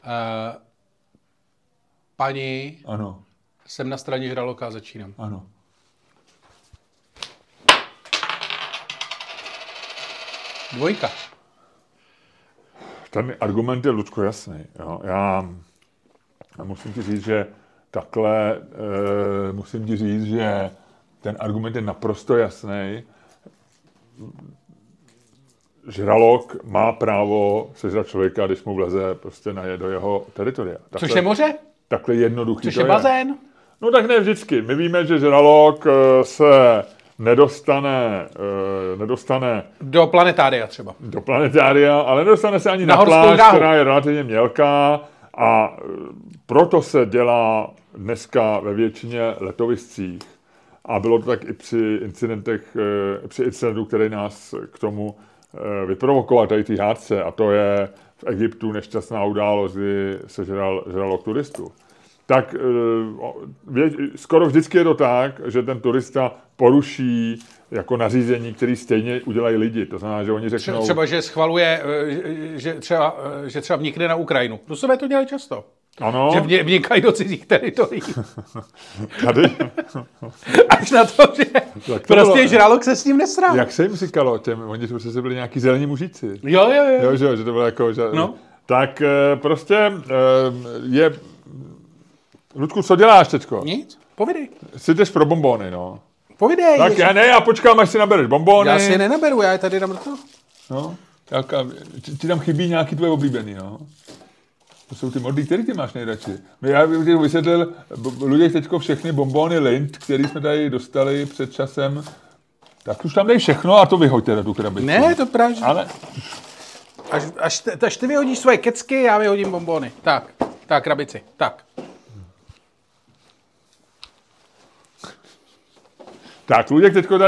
Paní, ano. Jsem na straně žraloka, začínám. Ano. Dvojka. Ten argument je, Lucko, jasný. Jo. Já musím ti říct, že takhle, že ten argument je naprosto jasný. Žralok má právo sežrat člověka, když mu vleze prostě do jeho teritoria. Což je moře? Takhle jednoduchý. Což je bazén? No tak ne vždycky. My víme, že žralok se nedostane do planetária třeba. Do planetária, ale nedostane se ani na pláž, která je relativně mělká a proto se dělá dneska ve většině letoviscích. A bylo to tak i při incidentu, který nás k tomu vyprovokoval, tady ty hádce, a to je v Egyptu nešťastná událost, kdy se žralok turistů. Tak skoro vždycky je to tak, že ten turista poruší jako nařízení, který stejně udělají lidi. To znamená, že oni řeknou... Třeba, že schvaluje, že třeba vnikne na Ukrajinu. Rusové to dělají často. Ano. Že vnikají do cizích teritorií. Tady? Až na to, že prostě žralok se s ním nesrál. Jak se jim říkalo oni to byli nějaký zelení mužíci. Jo, že to bylo jako... Že, no. Tak prostě je... Ludku, co děláš teďko? Nic, povidej. Jsi jdeš pro bonbony, no. Povidej. Tak já počkám, až si nabereš bonbony. Já si je nenaberu, já je tady dám do toho. No, ti tam chybí nějaký tvoje oblíbený, no. To jsou ty modlí, který ty máš nejradši. Já bych ti vysvětlil, lidé teďko všechny bonbony Lindt, který jsme tady dostali před časem, tak už tam dej všechno a to vyhoďte na tu krabici. Ne, to právě. Ale... Až ty vyhodíš svoje kecky, já vyhodím bonbony. Tak, krabici, tak. Tak, Luděk teďko tady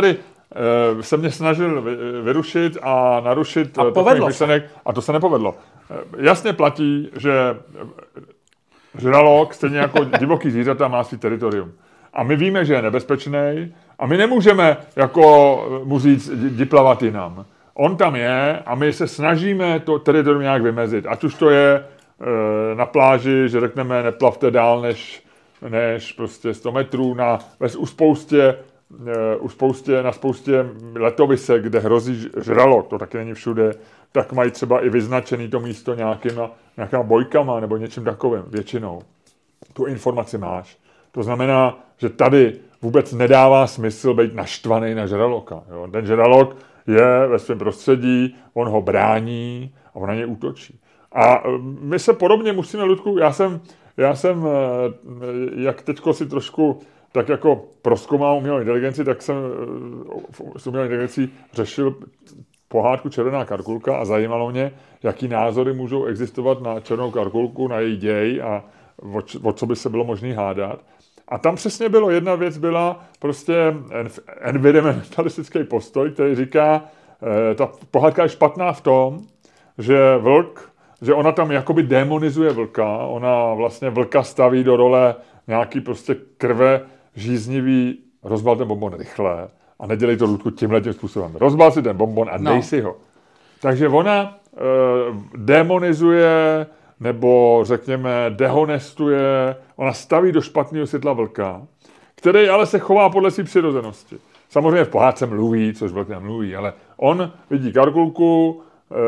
se mě snažil vyrušit a narušit povedlo myšlenek a to se nepovedlo. Jasně platí, že žralok, stejně jako divoký zvířata, má svý teritorium. A my víme, že je nebezpečný a my nemůžeme jako mu říct, jdi plavat jinam. On tam je a my se snažíme to teritorium nějak vymezit. Ať už to je na pláži, že řekneme, neplavte dál než prostě 100 metrů na spoustě letovisek, kde hrozí žralok, to taky není všude, tak mají třeba i vyznačený to místo nějakýma bojkama nebo něčím takovým, většinou. Tu informaci máš. To znamená, že tady vůbec nedává smysl být naštvaný na žraloka. Jo? Ten žralok je ve svém prostředí, on ho brání a on na něj útočí. A my se podobně musíme, Ludku, já jsem jak teďko si trošku tak jako prozkoumám umělou inteligenci, tak jsem s umělou inteligencí řešil pohádku Červená karkulka a zajímalo mě, jaký názory můžou existovat na Červenou karkulku, na její děj a o co by se bylo možné hádat. A tam přesně bylo, jedna věc byla prostě environmentalistický postoj, který říká, ta pohádka je špatná v tom, že ona tam jakoby demonizuje vlka, ona vlastně vlka staví do role nějaký prostě krve žíznivý, rozbal ten bonbon rychle a nedělej to, Ludku, tímhletím způsobem. Rozbal si ten bonbon a dej si ho. Takže ona demonizuje nebo řekněme dehonestuje, ona staví do špatného světla vlka, který ale se chová podle své přirozenosti. Samozřejmě v pohádce mluví, což vlk nemluví, ale on vidí karkulku,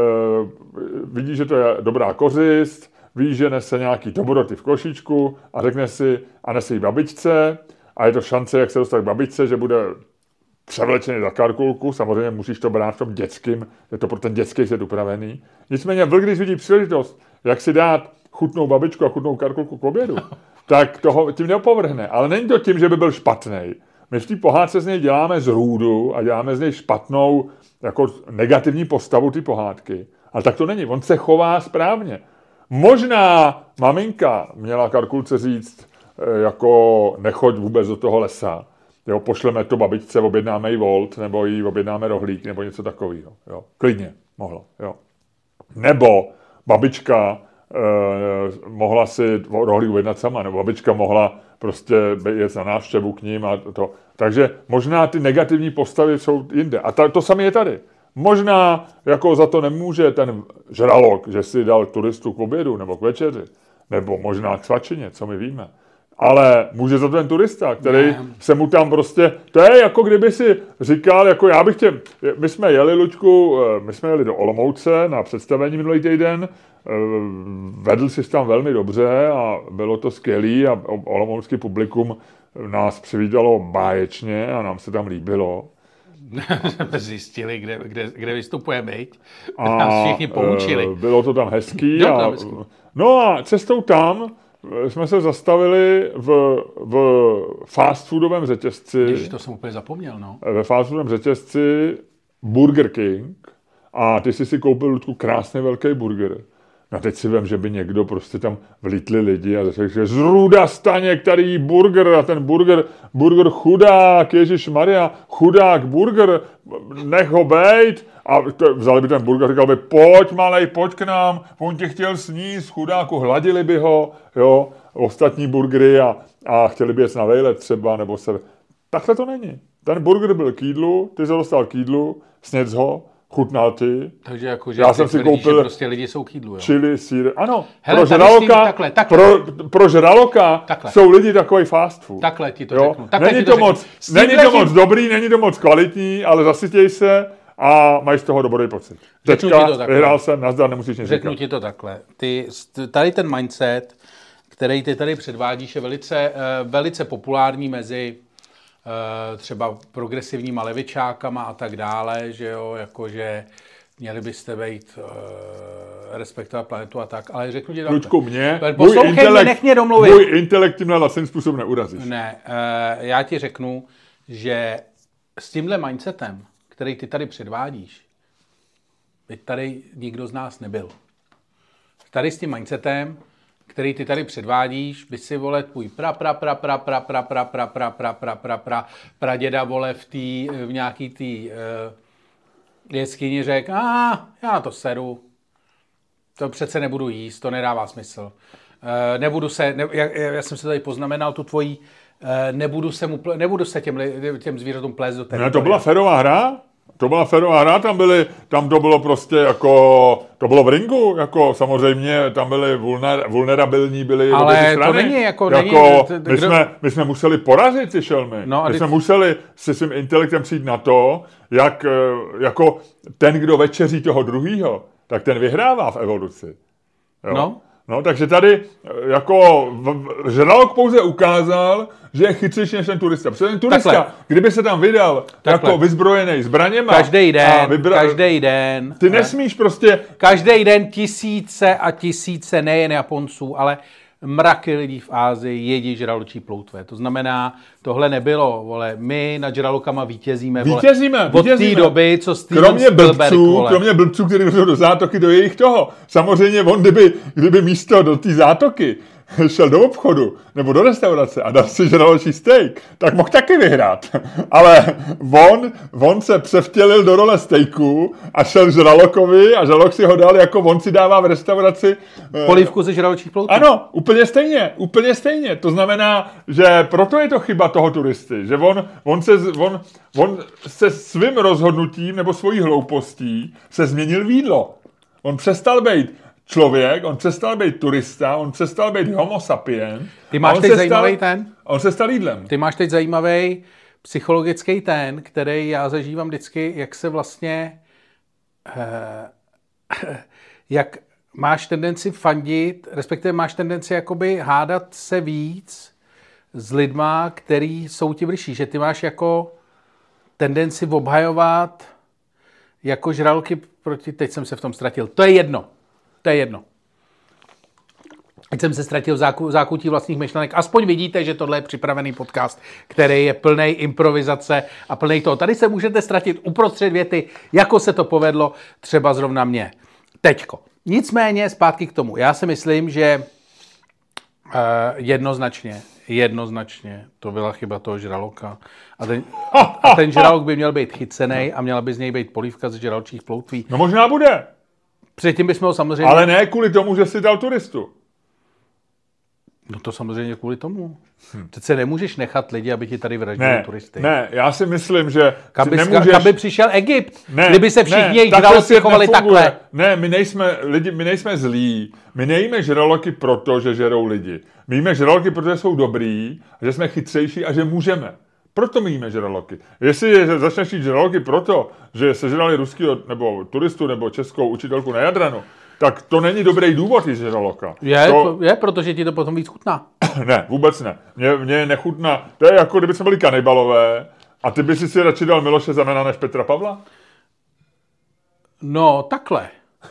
vidí, že to je dobrá kořist, ví, že nese nějaký dobroty v košíčku a řekne si, a nese jí babičce a je to šance, jak se dostat k babičce, že bude převlečený za karkulku, samozřejmě musíš to brát v tom dětským, je to pro ten dětský svět upravený. Nicméně vlk, když vidí příležitost, jak si dát chutnou babičku a chutnou karkulku k obědu, tak toho tím neopovrhne. Ale není to tím, že by byl špatný. My v té pohádce z něj děláme zrůdu a děláme z něj špatnou, jako negativní postavu ty pohádky. Ale tak to není. On se chová správně. Možná maminka měla karkulce říct, jako nechoď vůbec do toho lesa. Jo, pošleme to babičce, objednáme jí volt, nebo jí objednáme rohlík, nebo něco takového. Jo. Klidně mohla. Jo. Nebo babička mohla si rohlík objednat sama, nebo babička mohla prostě jet na návštěvu k ním a to. Takže možná ty negativní postavy jsou jinde. A to samé je tady. Možná jako za to nemůže ten žralok, že si dal turistu k obědu nebo k večeři, nebo možná k svačině, co my víme. Ale může za to ten turista, který se mu tam prostě, to je jako kdyby si říkal, jako já bych tě, my jsme jeli, Luďku, my jsme jeli do Olomouce na představení minulý týden, vedl si tam velmi dobře a bylo to skvělý a olomoucký publikum nás přivítalo báječně a nám se tam líbilo. Zjistili, kde vystupujeme, a nás všichni poučili. Bylo to tam hezký. No a cestou tam jsme se zastavili v fast foodovém řetězci. Ježiš, to jsem úplně zapomněl, no. Ve fast foodovém řetězci Burger King a ty jsi si koupil, Ludku, krásný velký burger. No teď si vem, že by někdo prostě tam vlítli lidi a řekl, že zrůda Staněk tady jí burger a ten burger chudák, ježišmarja, chudák burger, nech ho bejt. A vzali by ten burger, říkal by, pojď malej, pojď k nám, on tě chtěl sníst, chudáku, hladili by ho, jo, ostatní burgery a chtěli by jet na vejlet třeba, nebo se... Takhle to není. Ten burger byl k jídlu, ty jsi dostal k jídlu, snědz ho, chutnal ty. Takže jako, že já jsem si koupil, že prostě lidi jsou k jídlu, jo. Chili, sír, ano. Hele, pro žraloka jsou lidi takový fast food. Takhle ti to jo? řeknu. Není to moc dobrý, není to moc kvalitní, ale zasytěj se a mají z toho dobrý pocit. Teďka vyhrál jsem, nazdar, nemusíš nic říkat. Řeknu ti to takhle. Tady ten mindset, který ty tady předvádíš, je velice populární mezi třeba progresivníma levičákama a tak dále, že jo, jakože měli byste být respektovat planetu a tak, ale řeknu ti Luďku, nech mě domluvit. Můj intelekt tímhle vlastním způsobem neurazíš. Ne, já ti řeknu, že s tímhle mindsetem, který ty tady předvádíš, teď tady nikdo z nás nebyl. Tady s tím mindsetem, který ty tady předvádíš, by si, vole, tvůj praděda, vole, v nějaký tý jeskyni řekl, já na to seru, to přece nebudu jíst, to nedává smysl. Já jsem se tady poznamenal tu tvojí, nebudu se těm zvířatům plést do teritoria. Ne, to byla férová hra. Tam to bylo prostě jako, to bylo v ringu, jako samozřejmě tam byly vulnerabilní, byly ale obě ty strany. To není jako my jsme museli porazit ty šelmy. No, my jsme museli se svým intelektem přijít na to, jak jako ten, kdo večeří toho druhýho, tak ten vyhrává v evoluci. Jo? No, takže tady jako žralok pouze ukázal, že je chytřejší než ten turista. Protože ten turista, takhle, kdyby se tam vydal jako vyzbrojený zbraněma... Každý den. Ty nesmíš prostě... Každý den tisíce a tisíce nejen Japonců, ale mraky lidí v Ázii jedí žraločí ploutve. To znamená, tohle nebylo, vole, my nad žralokama vítězíme. Od té doby, co Steven Spielberg, kromě blbců, kteří jdou do zátoky, do jejich toho. Samozřejmě on, kdyby místo do té zátoky šel do obchodu nebo do restaurace a dal si žraločí steak, tak mohl taky vyhrát. Ale on se převtělil do role steaku a šel žralokovi a žralok si ho dal, jako on si dává v restauraci polívku ze žraločích ploutů. Ano, úplně stejně. To znamená, že proto je to chyba toho turisty, že on se svým rozhodnutím nebo svojí hloupostí se změnil v jídlo. On přestal být člověk, on přestal být turista, on přestal být homo sapien. Ty máš teď zajímavý ten? On se stal jídlem. Ty máš teď zajímavý psychologický ten, který já zažívám vždycky, jak se vlastně jak máš tendenci fandit, respektive máš tendenci jakoby hádat se víc s lidma, který jsou ti bližší. Že ty máš jako tendenci obhajovat jako žraloky proti... Teď jsem se v tom ztratil. To je jedno. Teď jsem se ztratil v zákutí vlastních myšlenek. Aspoň vidíte, že tohle je připravený podcast, který je plný improvizace a plný toho. Tady se můžete ztratit uprostřed věty, jako se to povedlo třeba zrovna mně. Teďko. Nicméně zpátky k tomu. Já si myslím, že jednoznačně to byla chyba toho žraloka. A ten žralok by měl být chycený a měla by z něj být polívka z žraločích ploutví. No možná bude. Předtím bychom ho samozřejmě... Ale ne kvůli tomu, že si dal turistu. No to samozřejmě kvůli tomu. Přece nemůžeš nechat lidi, aby ti tady vraždili turisty. Ne, já si myslím, že Kam by přišel Egypt, kdyby se všichni jejich žraloci chovali takhle. Ne, my nejsme zlí. My nejíme žraloky proto, že žerou lidi. My jíme žraloky, protože jsou dobrý, že jsme chytřejší a že můžeme. Proto my jíme žraloky. Jestli začneš jít žraloky proto, že sežrali ruského nebo turistu nebo českou učitelku na Jadranu, tak to není dobrý důvod jít žraloka. Je, protože ti to potom víc chutná. Ne, vůbec ne. Mně nechutná. To je jako kdyby jsme byli kanibalové a ty by si radši dal Miloše Zemana než Petra Pavla? No, takhle.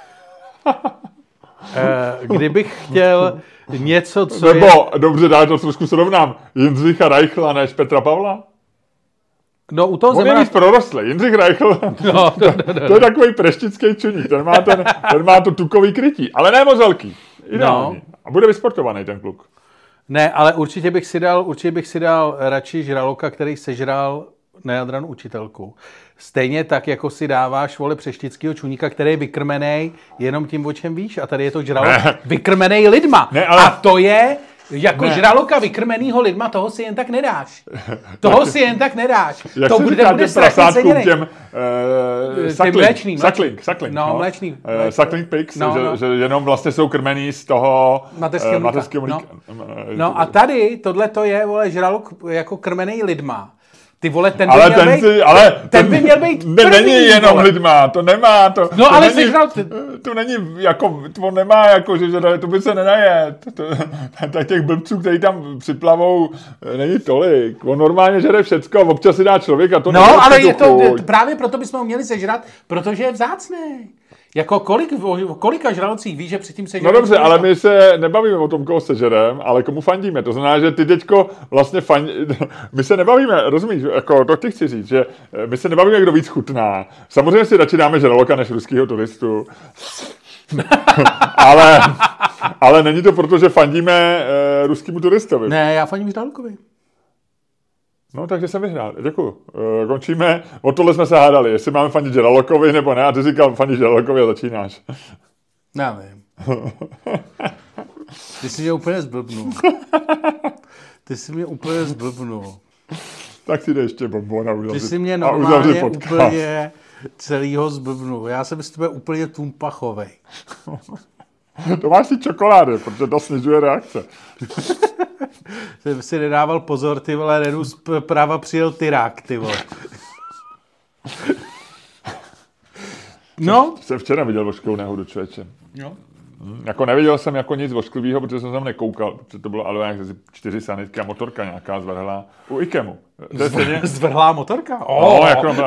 Kdybych chtěl něco, co dobře, dá to trošku srovnám. Jindřicha Reichla než Petra Pavla? No, u toho Zemana... On je víc prorostlý. Jindřich Reichl, to je takový preštický čuník. Ten má to tukový krytí, ale ne moc velký. Ideální. No. A bude vysportovaný ten kluk. Ne, ale určitě bych si dal radši žraloka, který sežral na Jadranu učitelku. Stejně tak, jako si dáváš, vole, přeštickýho čuníka, který je vykrmenej jenom tím, o čem víš. A tady je to žralok vykrmenej lidma. Ne, ale... A to je... Jako žraloka vykrmenýho lidma, toho si jen tak nedáš. Jak to bude strašně ceněný. Suckling. Mléčný. Suckling pigs, že jenom vlastně jsou krmený z toho mateřského mlíka. No a tady, tohleto je, vole, žralok jako krmený lidma. Ty vole, ten by měl být první, není jenom lidma, to nemá, to... No to ale není, to není jako, to nemá jako, že to by se nenajet. Tak těch blbců, který tam připlavou, není tolik. On normálně žere všecko, občas si dá člověka, to no, ale je to, právě proto bychom ho měli sežrat, protože je vzácný. Jako kolika žralocích víš, že předtím sežereme? No dobře, ale my se nebavíme o tom, koho sežerem, ale komu fandíme. To znamená, že ty teďko vlastně my se nebavíme, rozumíš, jako to ti chci říct, že my se nebavíme, kdo víc chutná. Samozřejmě si radši dáme žraloka než ruskýho turistu. ale není to proto, že fandíme ruskému turistovi. Ne, já fandím Ždálkovi. No, takže jsem vyhrál. Děkuju. Končíme. O tohle jsme se hádali. Jestli máme fandit Žralokovi nebo ne. A ty říkal fandit Žralokovi a začínáš. Nevím. Ty jsi mě úplně zblbnul. Tak si dej ještě bonbon a uzavři. Ty jsi mě normálně úplně celýho zblbnul. Já jsem z tebe úplně tumpachovej. To máš si čokolády, protože to snižuje reakce. Jsem si nedával pozor, ty vole, Renu zprava přijel tyrák, ty vole. No. Jsem včera viděl vošklivou nehodu, člověče. No. Jako neviděl jsem jako nic vošklivého, protože jsem tam nekoukal, protože to bylo ale nějak 4 sanitky a motorka nějaká zvrhlá u Ikemu. Zvrhlá motorka? No,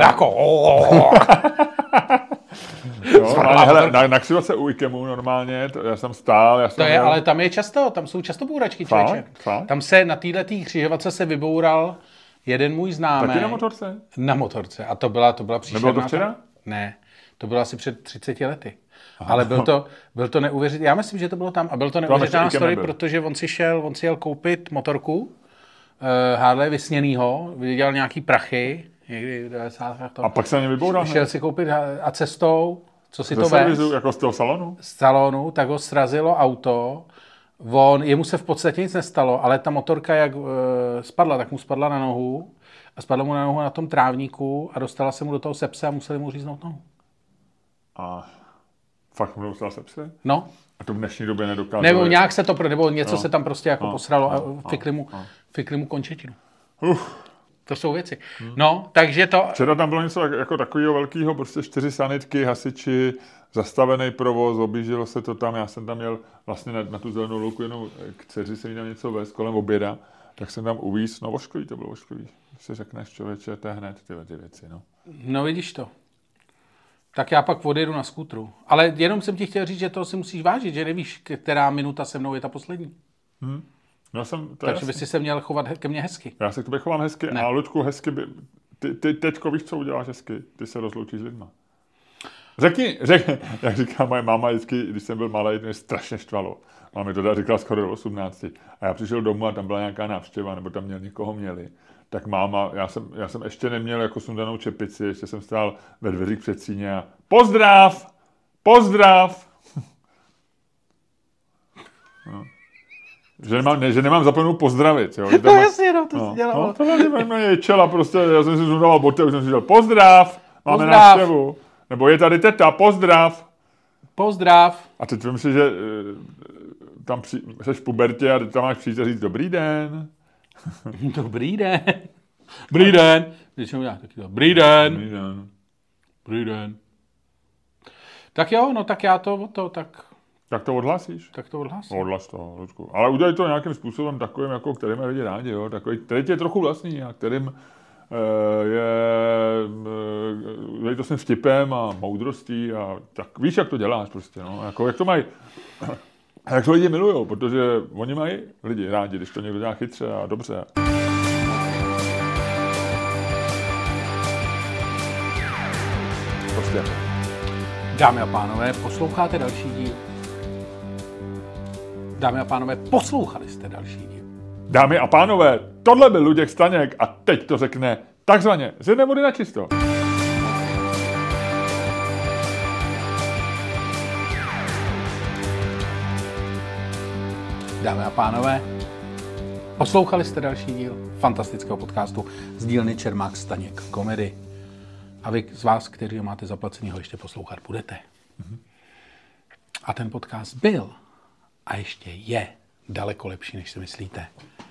na křivoce u Ikemu normálně, já jsem stál. Ale tam je často, tam jsou často bouračky, člověče. Tam se na této křižovatce se vyboural jeden můj známý. Taky na motorce? Na motorce. A to byla příšerná. Nebylo to včera? Ne, to bylo asi před 30 lety. Ale byl to neuvěřitelný. Já myslím, že to bylo tam. A byl to neuvěřitelná story, protože on si jel koupit motorku Harley vysněnýho, viděl nějaký prachy, někdy v 90. A pak se na ně vyboural. Šel si koupit a cestou, co si ze to servisu, jako z toho salonu? Z salonu, tak ho srazilo auto. Jemu se v podstatě nic nestalo, ale ta motorka jak spadla, tak mu spadla na nohu. A spadla mu na nohu na tom trávníku a dostala se mu do toho sepse a museli mu říznout nohu. A fakt mu dostala sepse? No. A to v dnešní době nedokázal. Nebo nějak se to, nebo něco se tam prostě jako posralo a fikli mu končetinu. To jsou věci. No, takže to... Včera tam bylo něco jako takového velkého, prostě 4 sanitky, hasiči, zastavený provoz, objíždělo se to tam, já jsem tam měl vlastně na tu zelenou louku jenom k dceři jsem jí tam něco vést kolem oběda, tak jsem tam uvíz, no vošklivý, to bylo vošklivý. Když si řekneš člověče, to je hned ty věci, no. No vidíš to. Tak já pak odjedu na skútru. Ale jenom jsem ti chtěl říct, že to si musíš vážit, že nevíš, která minuta se mnou je ta poslední. Takže bys si se měl chovat ke mně hezky. Já se k tobě chovám hezky, a Luďku, hezky by... Ty teďko víš, co uděláš hezky? Ty se rozloučíš s lidma. Řekni, jak říká moje máma vždycky, když jsem byl malý, mě strašně štvalo. Máma to říkala skoro do 18. A já přišel domů a tam byla nějaká návštěva, nebo tam někoho měli. Tak máma, já jsem ještě neměl jako sundanou čepici, ještě jsem stál ve dveřích před síně a pozdrav! No. Že nemám zapomenout pozdravit. Jo? No jasně, no, to si dělal. No, to mě ječela prostě, já jsem si zundával boty, už jsem si říkal, pozdrav, máme návštěvu. Nebo je tady teta, pozdrav. A teď vím si, že tam jsi v pubertě a tam máš přijít a říct dobrý den. Dobrý den. Když já taky dobrý den. Tak jo, no tak já to. Tak to odhlásíš? Tak to odhlásím. Odhlaš to, Luďku. Ale udělej to nějakým způsobem takovým, jako kterým je lidi rádi, jo? Takový, který je trochu vlastní a kterým je to s tím vtipem a moudrostí a tak víš, jak to děláš prostě, no. Jako, jak to mají, jak to lidi milujou, protože oni mají lidi rádi, když to někdo dělá chytře a dobře. Prostě. Dámy a pánové, posloucháte další díl. Poslouchali jste další díl. Dámy a pánové, tohle byl Luděk Staněk a teď to řekne takzvaně z jedné vody na čisto. Dámy a pánové, poslouchali jste další díl fantastického podcastu z dílny Čermák Staněk Komedy. A vy z vás, kteří ho máte zaplacený, ho ještě poslouchat budete. A ten podcast byl a ještě je daleko lepší, než si myslíte.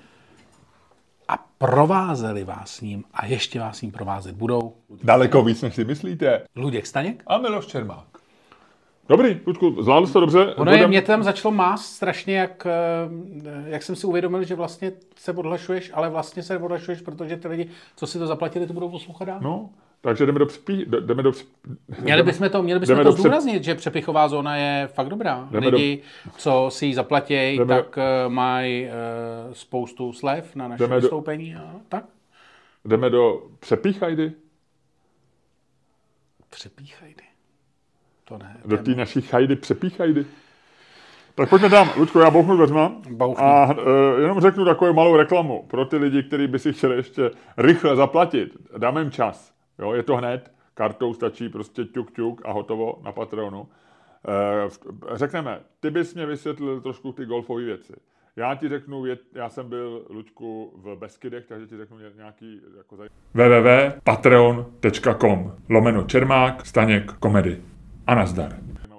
A provázeli vás s ním a ještě vás s ním provázet budou. Daleko víc, než si myslíte. Luděk Staněk a Miloš Čermák. Dobrý, Luďku, zvládl jsi to dobře. Mě tam začalo mást strašně, jak jsem si uvědomil, že vlastně se odhlašuješ, ale vlastně se odhlašuješ, protože ty lidi, co si to zaplatili, to budou poslouchat dál. No, takže Měli bychom to zdůraznit, že přepichová zóna je fakt dobrá. Lidi, co si ji zaplatí, tak mají spoustu slev na naše vystoupení. Tak? Jdeme do Přepíchajdy. Přepíchajdy. to ne. Do té naší chajdy přepíchajdy. Tak pojďme tam, Luďko, já bouchnu dveřma a jenom řeknu takovou malou reklamu pro ty lidi, kteří by si chtěli ještě rychle zaplatit. Dáme jim čas, jo, je to hned, kartou stačí prostě ťuk a hotovo na Patreonu. Řekneme, ty bys mě vysvětlil trošku ty golfové věci. Já ti řeknu, já jsem byl, Luďku, v Beskydech, takže ti řeknu nějaký jako www.patreon.com/Čermák Staněk komedy. A nazdar.